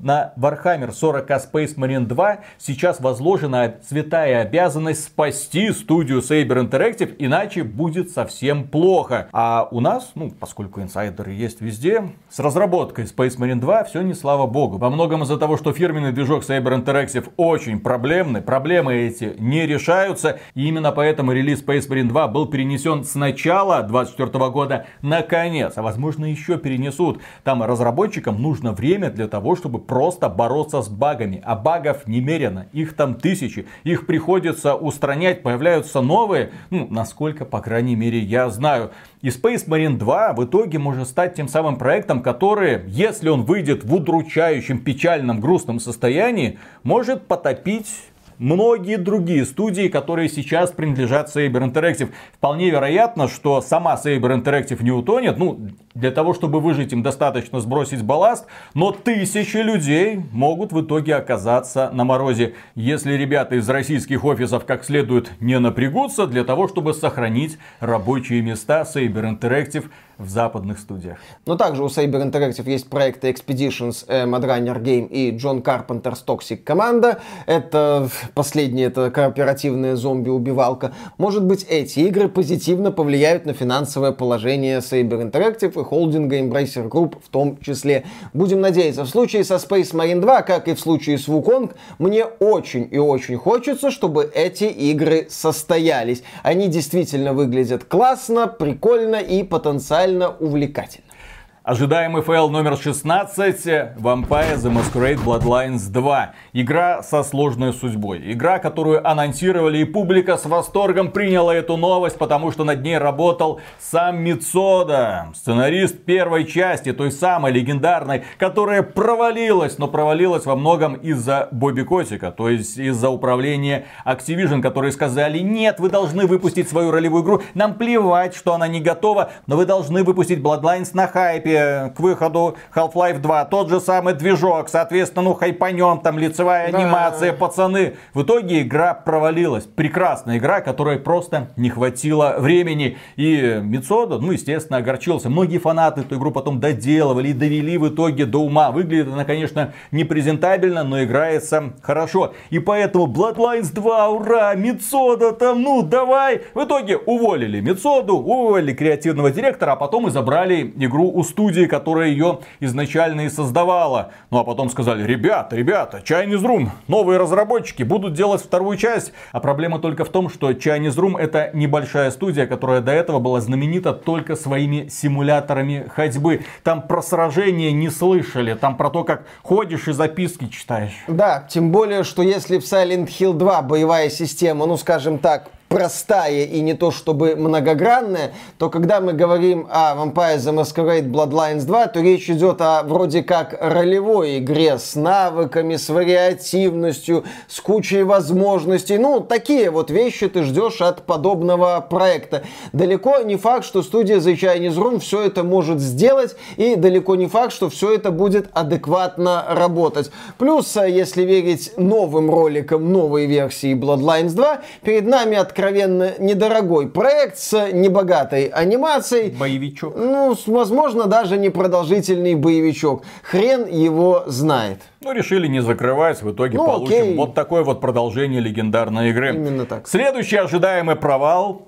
на Warhammer 40k Space Marine 2 сейчас возложена святая обязанность спасти студию Saber Interactive, иначе будет совсем плохо. А у нас, поскольку инсайдеры есть везде, с разработкой Space Marine 2 все не слава богу. Во многом из-за того, что фирменный движок Saber Interactive очень проблемный, проблемы эти не решаются, и именно поэтому релиз Space Marine 2 был перенесен с начала 2024 года на конец, а возможно еще перенесут. Там разработчикам нужно время для того, чтобы просто бороться с багами, а багов немерено, их там тысячи, их приходится устранять, появляются новые, насколько, по крайней мере, я знаю. И Space Marine 2 в итоге может стать тем самым проектом, который, если он выйдет в удручающем, печальном, грустном состоянии, может потопить многие другие студии, которые сейчас принадлежат Saber Interactive. Вполне вероятно, что сама Saber Interactive не утонет. Для того, чтобы выжить, им достаточно сбросить балласт. Но тысячи людей могут в итоге оказаться на морозе, если ребята из российских офисов как следует не напрягутся для того, чтобы сохранить рабочие места Saber Interactive в западных студиях. Но также у Saber Interactive есть проекты Expeditions, Mad Runner Game и John Carpenter's Toxic Commando. Это последняя, это кооперативная зомби-убивалка. Может быть, эти игры позитивно повлияют на финансовое положение Saber Interactive и холдинга Embracer Group в том числе. Будем надеяться. В случае со Space Marine 2, как и в случае с Wukong, мне очень и очень хочется, чтобы эти игры состоялись. Они действительно выглядят классно, прикольно и потенциально увлекательно. Ожидаем FL номер 16, Vampire the Masquerade Bloodlines 2. Игра со сложной судьбой. Игра, которую анонсировали, и публика с восторгом приняла эту новость, потому что над ней работал сам Мицода, сценарист первой части, той самой легендарной, которая провалилась, но провалилась во многом из-за Бобби Котика, то есть из-за управления Activision, которые сказали: нет, вы должны выпустить свою ролевую игру, нам плевать, что она не готова, но вы должны выпустить Bloodlines на хайпе, к выходу Half-Life 2, тот же самый движок, соответственно, хайпанем, там лицевая анимация, пацаны. В итоге игра провалилась. Прекрасная игра, которой просто не хватило времени. И Мицода, естественно, огорчился. Многие фанаты эту игру потом доделывали и довели в итоге до ума. Выглядит она, конечно, не презентабельно, но играется хорошо. И поэтому Bloodlines 2, ура, Мицода там, давай. В итоге уволили Мицоду, уволили креативного директора, а потом и забрали игру у студии, которая ее изначально и создавала. А потом сказали: ребята, Chinese Room, новые разработчики будут делать вторую часть. А проблема только в том, что Chinese Room — это небольшая студия, которая до этого была знаменита только своими симуляторами ходьбы. Там про сражения не слышали, там про то, как ходишь и записки читаешь. Да, тем более, что если в Silent Hill 2 боевая система, скажем так, простая и не то чтобы многогранная, то когда мы говорим о Vampire the Masquerade Bloodlines 2, то речь идет о вроде как ролевой игре с навыками, с вариативностью, с кучей возможностей. Такие вот вещи ты ждешь от подобного проекта. Далеко не факт, что студия The Chinese Room все это может сделать, и далеко не факт, что все это будет адекватно работать. Плюс, если верить новым роликам новой версии Bloodlines 2, перед нами откровенно недорогой проект с небогатой анимацией. Боевичок. Возможно, даже непродолжительный боевичок. Хрен его знает. Решили не закрывать, в итоге получим вот такое вот продолжение легендарной игры. Именно так. Следующий ожидаемый провал.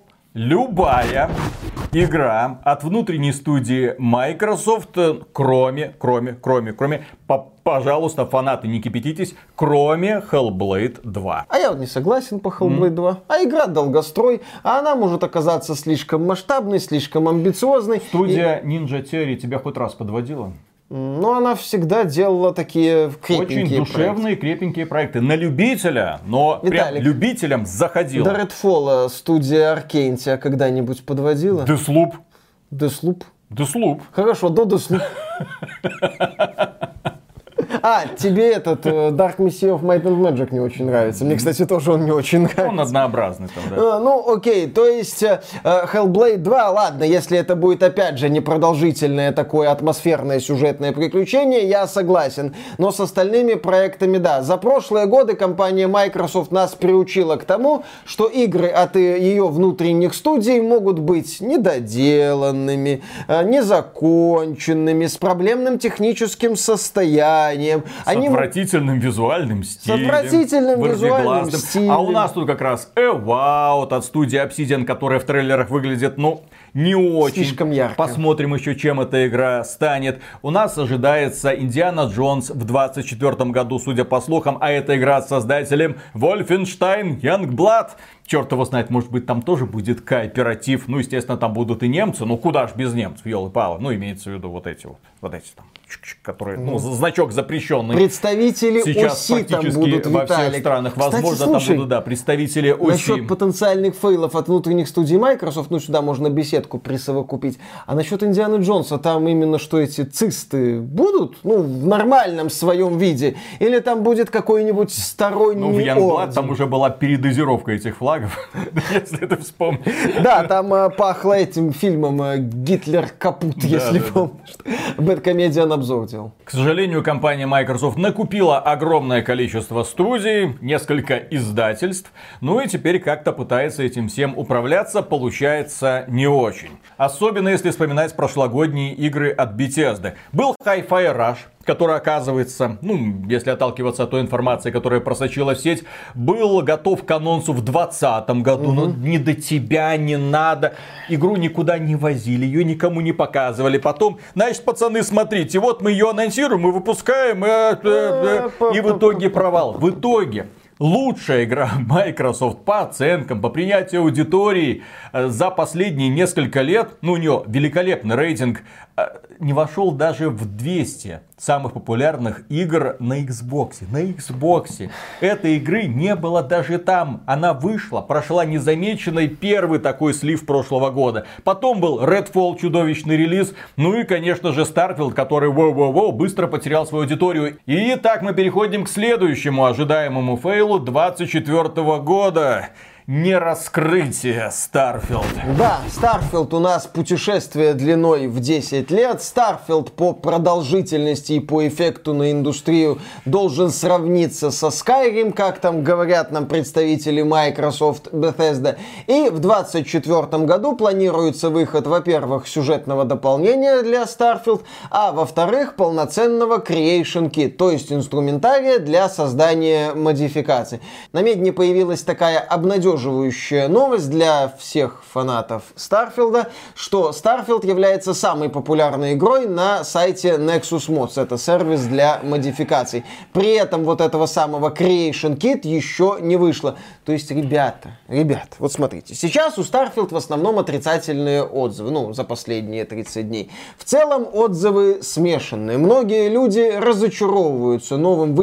Любая игра от внутренней студии Microsoft, кроме, пожалуйста, фанаты, не кипятитесь, кроме Hellblade 2. А я не согласен по Hellblade 2. А игра долгострой, а она может оказаться слишком масштабной, слишком амбициозной. Студия Ninja Theory тебя хоть раз подводила? Она всегда делала такие крепенькие очень душевные, крепенькие проекты. На любителя, но Виталик, прям любителям заходила. До Redfall студия Arkane тебя когда-нибудь подводила? Deathloop. Deathloop? Хорошо, до Deathloop. Тебе этот Dark Messiah of Might and Magic не очень нравится. Мне, кстати, тоже он не очень нравится. Он однообразный там, да. Окей, то есть Hellblade 2, ладно, если это будет, опять же, непродолжительное такое атмосферное сюжетное приключение, я согласен. Но с остальными проектами, да. За прошлые годы компания Microsoft нас приучила к тому, что игры от ее внутренних студий могут быть недоделанными, незаконченными, с проблемным техническим состоянием. названием. С отвратительным визуальным стилем. С отвратительным визуальным стилем. А у нас тут как раз Avowed от студии Obsidian, которая в трейлерах выглядит, не очень. Слишком ярко. Посмотрим еще, чем эта игра станет. У нас ожидается Индиана Джонс в 2024 году, судя по слухам, а эта игра с создателем Wolfenstein Youngblood. Черт его знает, может быть, там тоже будет кооператив. Естественно, там будут и немцы. Куда ж без немцев, ёлы-палы. Имеется в виду вот эти там, которые, значок запрещенный. Представители сейчас ОСИ там будут, во всех Виталик. странах. Кстати, Возможно, слушай, там будут, представители ОСИ. Насчет потенциальных фейлов от внутренних студий Microsoft, сюда можно беседку присовокупить. А насчет Индианы Джонса, там именно что эти цисты будут? В нормальном своем виде? Или там будет какой-нибудь сторонний в Youngblood орден? там уже была передозировка этих флагов, если ты вспомнишь. Да, там пахло этим фильмом «Гитлер капут», если помнишь. Бэдкомедиан обзор делал. К сожалению, компания Microsoft накупила огромное количество студий, несколько издательств, и теперь как-то пытается этим всем управляться, получается не очень. Особенно если вспоминать прошлогодние игры от Bethesda. Был Hi-Fi Rush, который, оказывается, если отталкиваться от той информации, которая просочилась в сеть, был готов к анонсу в 2020 году. Не до тебя, не надо. Игру никуда не возили, ее никому не показывали. Потом, значит, пацаны, смотрите, вот мы ее анонсируем и выпускаем, и в итоге провал. В итоге лучшая игра Microsoft по оценкам, по принятию аудитории за последние несколько лет, у нее великолепный рейтинг, не вошел даже в 200 самых популярных игр на Xbox. На Xbox. Этой игры не было даже там. Она вышла, прошла незамеченной, первый такой слив прошлого года. Потом был Redfall, чудовищный релиз. И, конечно же, Starfield, который быстро потерял свою аудиторию. И так мы переходим к следующему ожидаемому фейлу 2024 года. Не раскрытие Starfield. Да, Starfield у нас путешествие длиной в 10 лет. Starfield по продолжительности и по эффекту на индустрию должен сравниться со Skyrim, как там говорят нам представители Microsoft, Bethesda. И в 2024 году планируется выход, во-первых, сюжетного дополнения для Starfield, а во-вторых, полноценного Creation Kit, то есть инструментария для создания модификаций. На медне появилась такая обнадеживающая новость для всех фанатов Starfield, что Starfield является самой популярной игрой на сайте Nexus Mods. Это сервис для модификаций. При этом вот этого самого Creation Kit еще не вышло. То есть, ребята, вот смотрите. Сейчас у Starfield в основном отрицательные отзывы, за последние 30 дней. В целом отзывы смешанные. Многие люди разочаровываются новым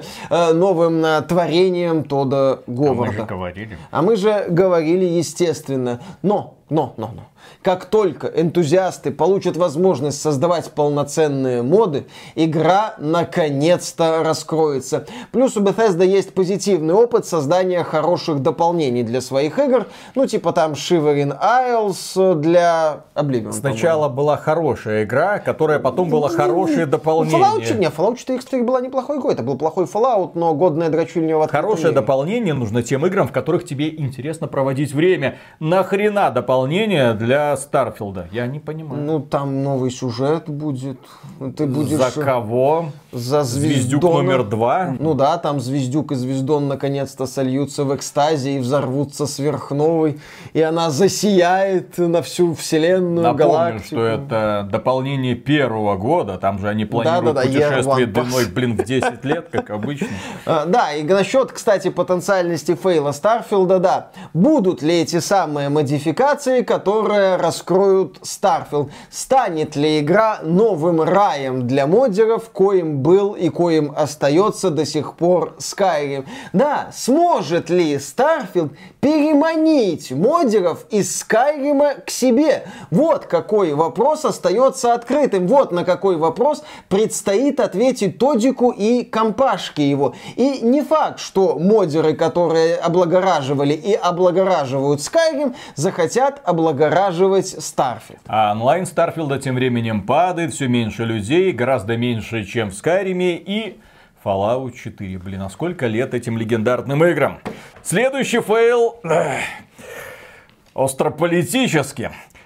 творением Тодда Говарда. Мы же говорили. Мы же говорили, естественно. Но. Как только энтузиасты получат возможность создавать полноценные моды, игра наконец-то раскроется. Плюс у Bethesda есть позитивный опыт создания хороших дополнений для своих игр. Типа там Shivering Isles для Oblivion. Сначала была хорошая игра, которая потом была хорошее дополнение. Fallout 4, кстати, была неплохой игрой. Это был плохой Fallout, но годная дрочильня в открытом Хорошее мире. дополнение нужно тем играм, в которых тебе интересно проводить время. Нахрена дополнение для Старфилда? Я не понимаю. Там новый сюжет будет. Ты будешь... За кого? За Звездюк Звездона. номер 2? Там Звездюк и Звездон наконец-то сольются в экстазе и взорвутся сверхновой. И она засияет на всю вселенную, Напомню, галактику. что это дополнение первого года. Там же они планируют путешествие длиной, в 10 лет, как обычно. Да, и насчет, кстати, потенциальности фейла Старфилда, да. Будут ли эти самые модификации, которые раскроют Starfield? Станет ли игра новым раем для моддеров, коим был и коим остается до сих пор Skyrim? Да, сможет ли Starfield переманить моддеров из Skyrim к себе? Вот какой вопрос остается открытым. Вот на какой вопрос предстоит ответить Тоддику и компашке его. И не факт, что моддеры, которые облагораживали и облагораживают Skyrim, захотят облагораживать Starfield. А онлайн Starfield тем временем падает, все меньше людей, гораздо меньше, чем в Skyrim и Fallout 4. А сколько лет этим легендарным играм? Следующий фейл острополитический.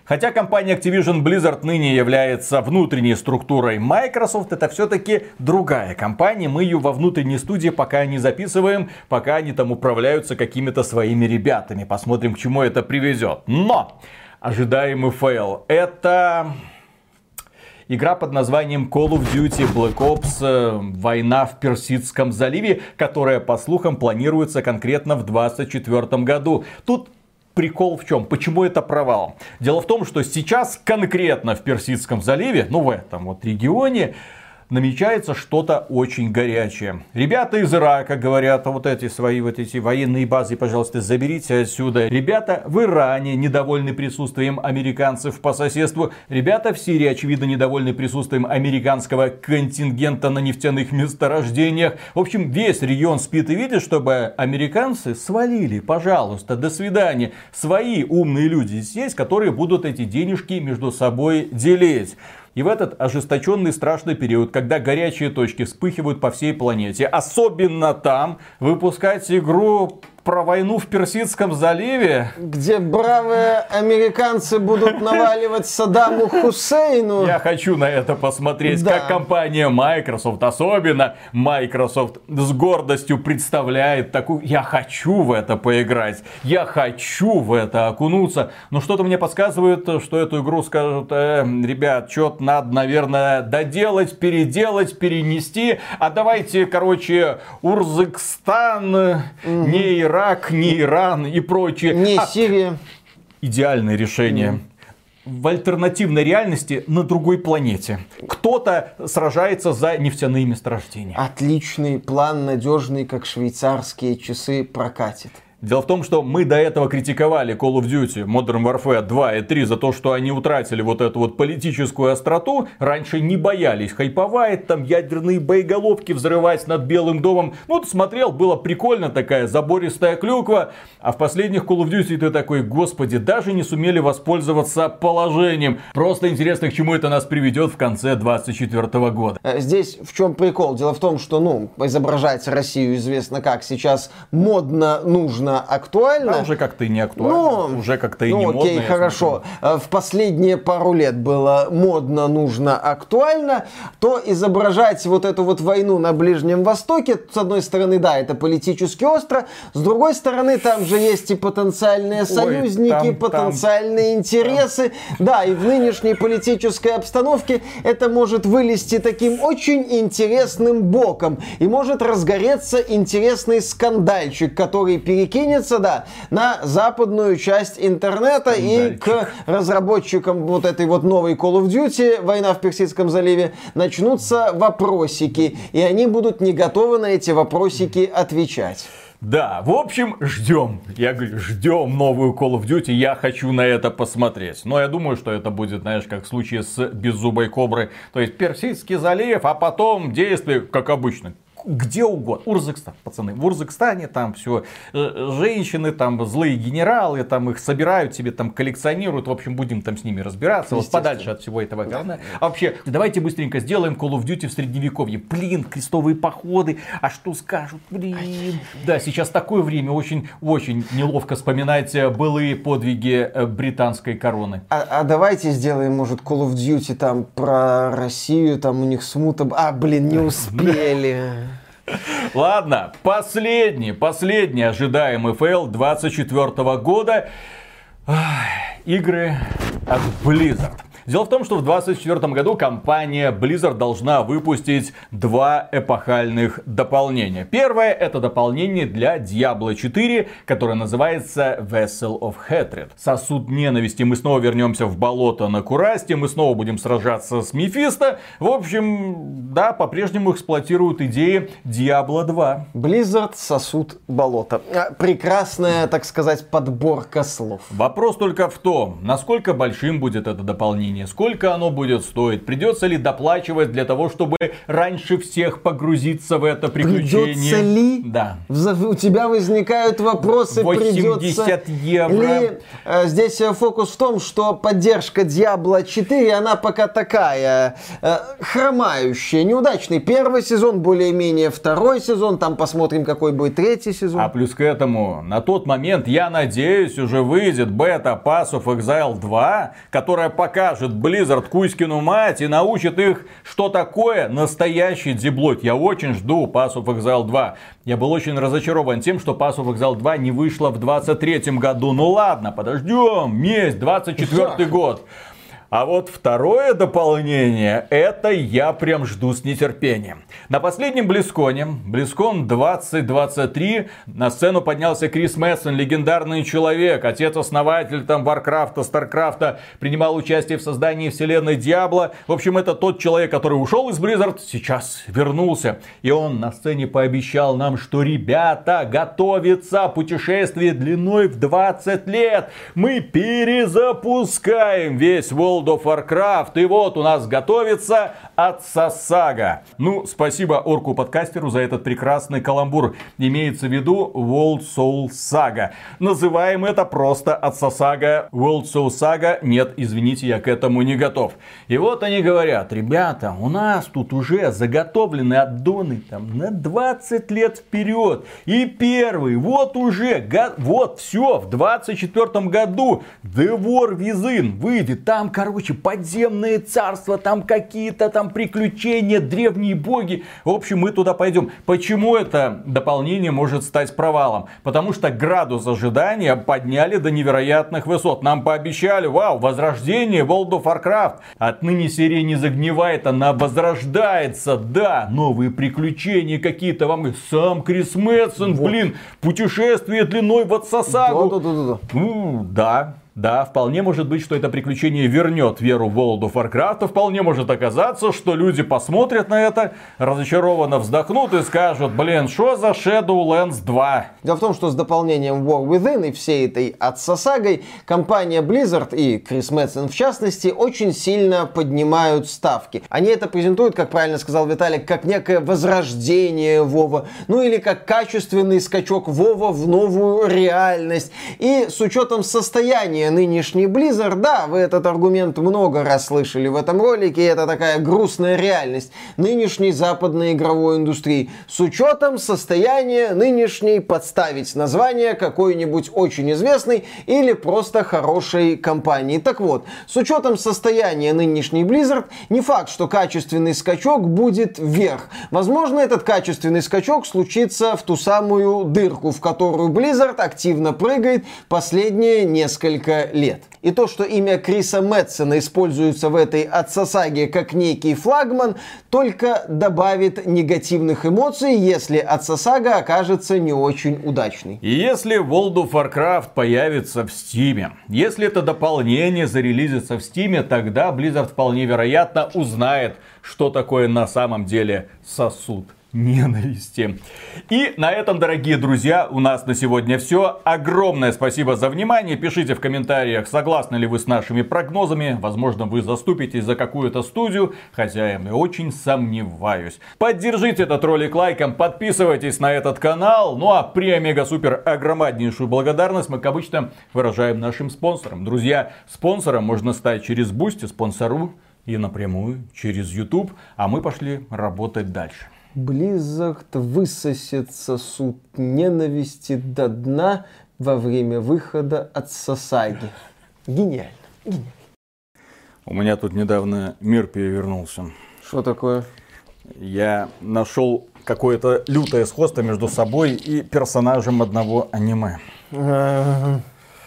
Хотя компания Activision Blizzard ныне является внутренней структурой Microsoft, это все-таки другая компания. Мы ее во внутренней студии пока не записываем, пока они там управляются какими-то своими ребятами. Посмотрим, к чему это приведет. Но ожидаемый фейл — это игра под названием Call of Duty Black Ops «Война в Персидском заливе», которая, по слухам, планируется конкретно в 2024 году. Тут прикол в чем? Почему это провал? Дело в том, что сейчас конкретно в Персидском заливе, ну в этом вот регионе, намечается что-то очень горячее. Ребята из Ирака говорят: вот эти свои вот эти военные базы, пожалуйста, заберите отсюда. Ребята в Иране недовольны присутствием американцев по соседству. Ребята в Сирии, очевидно, недовольны присутствием американского контингента на нефтяных месторождениях. В общем, весь регион спит и видит, чтобы американцы свалили. Пожалуйста, до свидания. Свои умные люди здесь, которые будут эти денежки между собой делить. И в этот ожесточенный страшный период, когда горячие точки вспыхивают по всей планете, особенно там, выпускать игру про войну в Персидском заливе, где бравые американцы будут наваливать Саддаму Хусейну. Я хочу на это посмотреть, Да. как компания Microsoft, особенно Microsoft, с гордостью представляет такую... Я хочу в это поиграть, я хочу в это окунуться. Но что-то мне подсказывает, что эту игру скажут: ребят, что-то надо, наверное, доделать, переделать, перенести. А давайте, короче, Урзыкстан, не Ирак, не Иран и прочее. Не Сирия. Идеальное решение. В альтернативной реальности на другой планете. Кто-то сражается за нефтяные месторождения. Отличный план, надежный, как швейцарские часы, прокатит. Дело в том, что мы до этого критиковали Call of Duty Modern Warfare 2 и 3 за то, что они утратили вот эту вот политическую остроту. Раньше не боялись хайповать, там ядерные боеголовки взрывать над Белым домом. Ну, ты смотрел, было прикольно, такая забористая клюква. А в последних Call of Duty ты такой: господи, даже не сумели воспользоваться положением. Просто интересно, к чему это нас приведет в конце 2024 года. Здесь в чем прикол? Дело в том, что, изображать Россию известно как сейчас модно, нужно, актуально. А уже как-то и не актуально, уже как-то и не модно. Окей, хорошо. В последние пару лет было модно, нужно, актуально. То изображать вот эту вот войну на Ближнем Востоке, с одной стороны, да, это политически остро, с другой стороны, там же есть и потенциальные союзники, потенциальные интересы. Да, и в нынешней политической обстановке это может вылезти таким очень интересным боком. И может разгореться интересный скандальчик, который перекинется, да, на западную часть интернета и к разработчикам вот этой вот новой Call of Duty «Война в Персидском заливе» начнутся вопросики, и они будут не готовы на эти вопросики отвечать. Да, в общем, ждем. Я говорю, ждем новую Call of Duty. Я хочу на это посмотреть. Но я думаю, что это будет, знаешь, как в случае с Беззубой Коброй. То есть Персидский залив, а потом действие, как обычно. Где угодно. Урзыкстан, пацаны. В Урзыкстане там все женщины, там злые генералы, там их собирают себе, там коллекционируют. В общем, будем там с ними разбираться. Вот подальше от всего этого говна. А вообще, давайте быстренько сделаем Call of Duty в Средневековье. Блин, крестовые походы. А что скажут? Блин. Да, сейчас такое время. Очень неловко вспоминать былые подвиги британской короны. А давайте сделаем, может, Call of Duty там про Россию, там у них смута... не успели. Ладно, последний ожидаемый фейл 2024 года. Игры от Blizzard. Дело в том, что в 2024 году компания Blizzard должна выпустить два эпохальных дополнения. Первое — это дополнение для Diablo 4, которое называется Vessel of Hatred. Сосуд ненависти. Мы снова вернемся в болото на Курасте, мы снова будем сражаться с Мефисто. В общем, да, по-прежнему эксплуатируют идеи Diablo 2. Blizzard — сосуд болота. Прекрасная, так сказать, подборка слов. Вопрос только в том, насколько большим будет это дополнение. дополнение, сколько оно будет стоить, придется ли доплачивать для того, чтобы раньше всех погрузиться в это приключение. Придется ли? Да. У тебя возникают вопросы, 80 евро. Ли? Здесь фокус в том, что поддержка Diablo 4, она пока такая, хромающая, неудачный. Первый сезон, более-менее второй сезон, там посмотрим, какой будет третий сезон. А плюс к этому, на тот момент, я надеюсь, уже выйдет бета Pass of Exile 2, которая покажет Blizzard Кузькину мать и научит их, что такое настоящий деблойд. Я очень жду Pass of Exile 2. Я был очень разочарован тем, что Pass of Exile 2 не вышла в 23 году. Ну ладно, подождем, месть, 24 год. А вот второе дополнение, это я прям жду с нетерпением. На последнем BlizzCon'е, BlizzCon 2023, на сцену поднялся Крис Мэсон, легендарный человек, отец-основатель там Варкрафта, Старкрафта, принимал участие в создании вселенной Диабло. В общем, это тот человек, который ушел из Blizzard, сейчас вернулся. И он на сцене пообещал нам, что, ребята, готовится путешествие длиной в 20 лет. Мы перезапускаем весь World of Warcraft. И вот у нас готовится Отца Сага. Ну, спасибо орку-подкастеру за этот прекрасный каламбур. Имеется в виду World Soul Saga. Называем это просто Отца Сага. World Soul Saga. Нет, извините, я к этому не готов. И вот они говорят: ребята, у нас тут уже заготовлены аддоны там на 20 лет вперед. И первый, вот уже, вот все, в 24 году The War Within выйдет. Там, короче, подземные царства, там какие-то там приключения, древние боги. В общем, мы туда пойдем. Почему это дополнение может стать провалом? Потому что градус ожидания подняли до невероятных высот. Нам пообещали, вау, возрождение World of Warcraft. Отныне серия не загнивает, она возрождается. Да, новые приключения какие-то. Вам сам Крис Мэтсон, вот. Блин, путешествие длиной в Отца Сагу. Да. Да, вполне может быть, что это приключение вернет веру в World of Warcraft. Вполне может оказаться, что люди посмотрят на это, разочарованно вздохнут и скажут: блин, что за Shadowlands 2? Дело в том, что с дополнением War Within и всей этой Отца Сагой компания Blizzard и Крис Мэтсон в частности очень сильно поднимают ставки. Они это презентуют, как правильно сказал Виталик, как некое возрождение Вова. Ну или как качественный скачок Вова в новую реальность. И с учетом состояния нынешний Blizzard, да, вы этот аргумент много раз слышали в этом ролике, это такая грустная реальность нынешней западной игровой индустрии. С учетом состояния нынешней подставить название какой-нибудь очень известной или просто хорошей компании. Так вот, с учетом состояния нынешней Blizzard, не факт, что качественный скачок будет вверх. Возможно, этот качественный скачок случится в ту самую дырку, в которую Blizzard активно прыгает последние несколько лет. И то, что имя Криса Мэтсона используется в этой Отца Саге как некий флагман, только добавит негативных эмоций, если Отца Сага окажется не очень удачной. И если World of Warcraft появится в Steam, если это дополнение зарелизится в Steam, тогда Blizzard вполне вероятно узнает, что такое на самом деле сосуд ненависти. И на этом, дорогие друзья, у нас на сегодня все. Огромное спасибо за внимание. Пишите в комментариях, согласны ли вы с нашими прогнозами. Возможно, вы заступитесь за какую-то студию, хотя я очень сомневаюсь. Поддержите этот ролик лайком, подписывайтесь на этот канал. Ну а премега-супер огромнейшую благодарность мы, как обычно, выражаем нашим спонсорам. Друзья, спонсором можно стать через Boosty, спонсору, и напрямую через YouTube. А мы пошли работать дальше. Blizzard высосет сосуд ненависти до дна во время выхода Отца Саги. Гениально. Гениально. У меня тут недавно мир перевернулся. Что такое? Я нашел какое-то лютое сходство между собой и персонажем одного аниме. В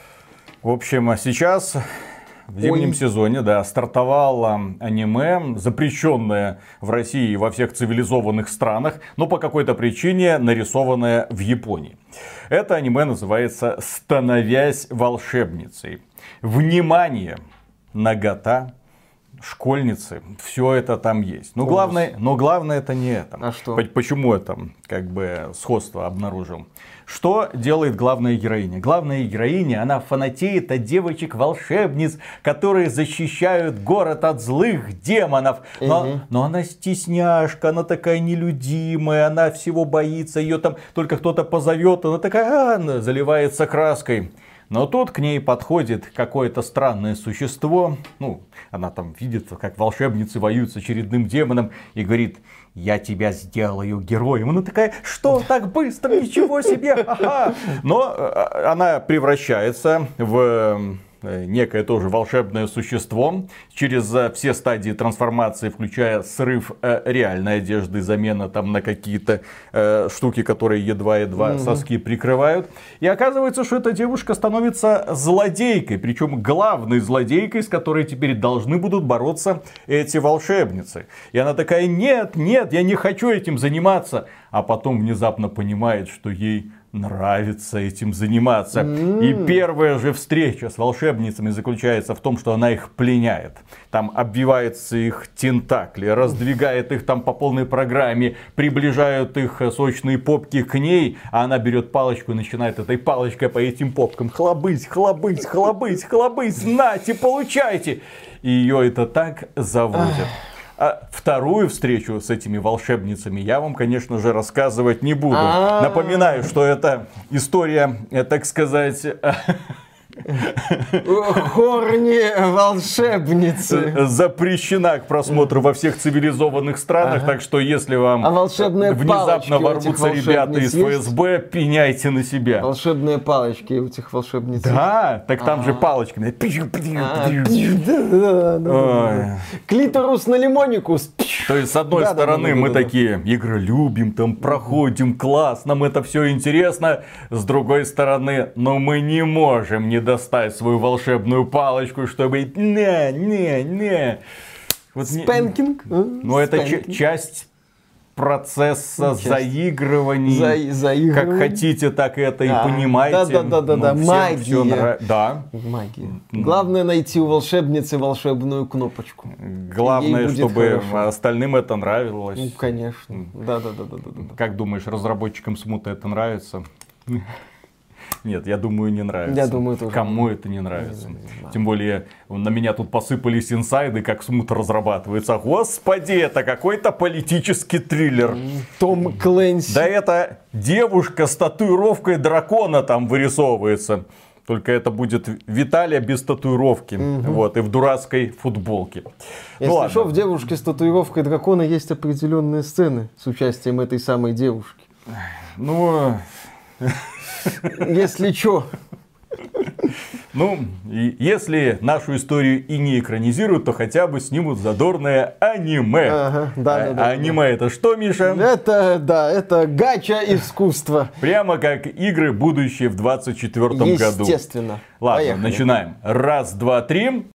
общем, сейчас... В зимнем сезоне, да, стартовало аниме, запрещенное в России и во всех цивилизованных странах, но по какой-то причине нарисованное в Японии. Это аниме называется «Становясь волшебницей». Внимание! Нагота, школьницы, все это там есть. Но главное это не это. А что? Почему я там как бы сходство обнаружил? Что делает главная героиня? Главная героиня, она фанатеет от девочек-волшебниц, которые защищают город от злых демонов. Но она стесняшка, она такая нелюдимая, она всего боится, ее там только кто-то позовет, она такая заливается краской. Но тут к ней подходит какое-то странное существо, она там видит, как волшебницы воюют с очередным демоном и говорит: я тебя сделаю героем. Она такая: что так быстро, ничего себе, ага. Но она превращается в некое тоже волшебное существо через все стадии трансформации, включая срыв реальной одежды, замена там на какие-то штуки, которые едва-едва соски прикрывают. И оказывается, что эта девушка становится злодейкой, причем главной злодейкой, с которой теперь должны будут бороться эти волшебницы. И она такая: нет, я не хочу этим заниматься. А потом внезапно понимает, что ей нравится этим заниматься. И первая же встреча с волшебницами заключается в том, что она их пленяет. Там обвивается их тентакли, раздвигает их там по полной программе, приближают их сочные попки к ней, а она берет палочку и начинает этой палочкой по этим попкам хлобыть, нате, получайте. И ее это так заводит. А вторую встречу с этими волшебницами я вам, конечно же, рассказывать не буду. Напоминаю, что это история, так сказать... Хорни волшебницы. Запрещена к просмотру во всех цивилизованных странах. Так что, если вам внезапно ворвутся ребята из ФСБ, пеняйте на себя. Волшебные палочки у этих волшебниц. Да, так там же палочками. Клиторус на лимоникус. То есть, с одной стороны, мы такие игры любим, там проходим, класс, нам это все интересно. С другой стороны, но мы не можем не достать свою волшебную палочку, чтобы... Спэнкинг. Но это часть процесса заигрываний. Как хотите, так это и понимаете. Да. Магия. Да. Магия. Главное найти у волшебницы волшебную кнопочку. Главное, чтобы остальным это нравилось. Конечно. Да. Как думаешь, разработчикам смута это нравится? Нет, я думаю, не нравится. Я думаю, тоже. Кому это не нравится? Тем более, на меня тут посыпались инсайды, как смут разрабатывается. Господи, это какой-то политический триллер. Том Клэнси. Да это девушка с татуировкой дракона там вырисовывается. Только это будет Виталия без татуировки. Вот, и в дурацкой футболке. Если что, в девушке с татуировкой дракона есть определенные сцены с участием этой самой девушки. Если чё. Если нашу историю и не экранизируют, то хотя бы снимут задорное аниме. Аниме это что, Миша? Это гача искусство. Прямо как игры, будущее в 2024 году. Естественно. Ладно, начинаем. Раз, два, три.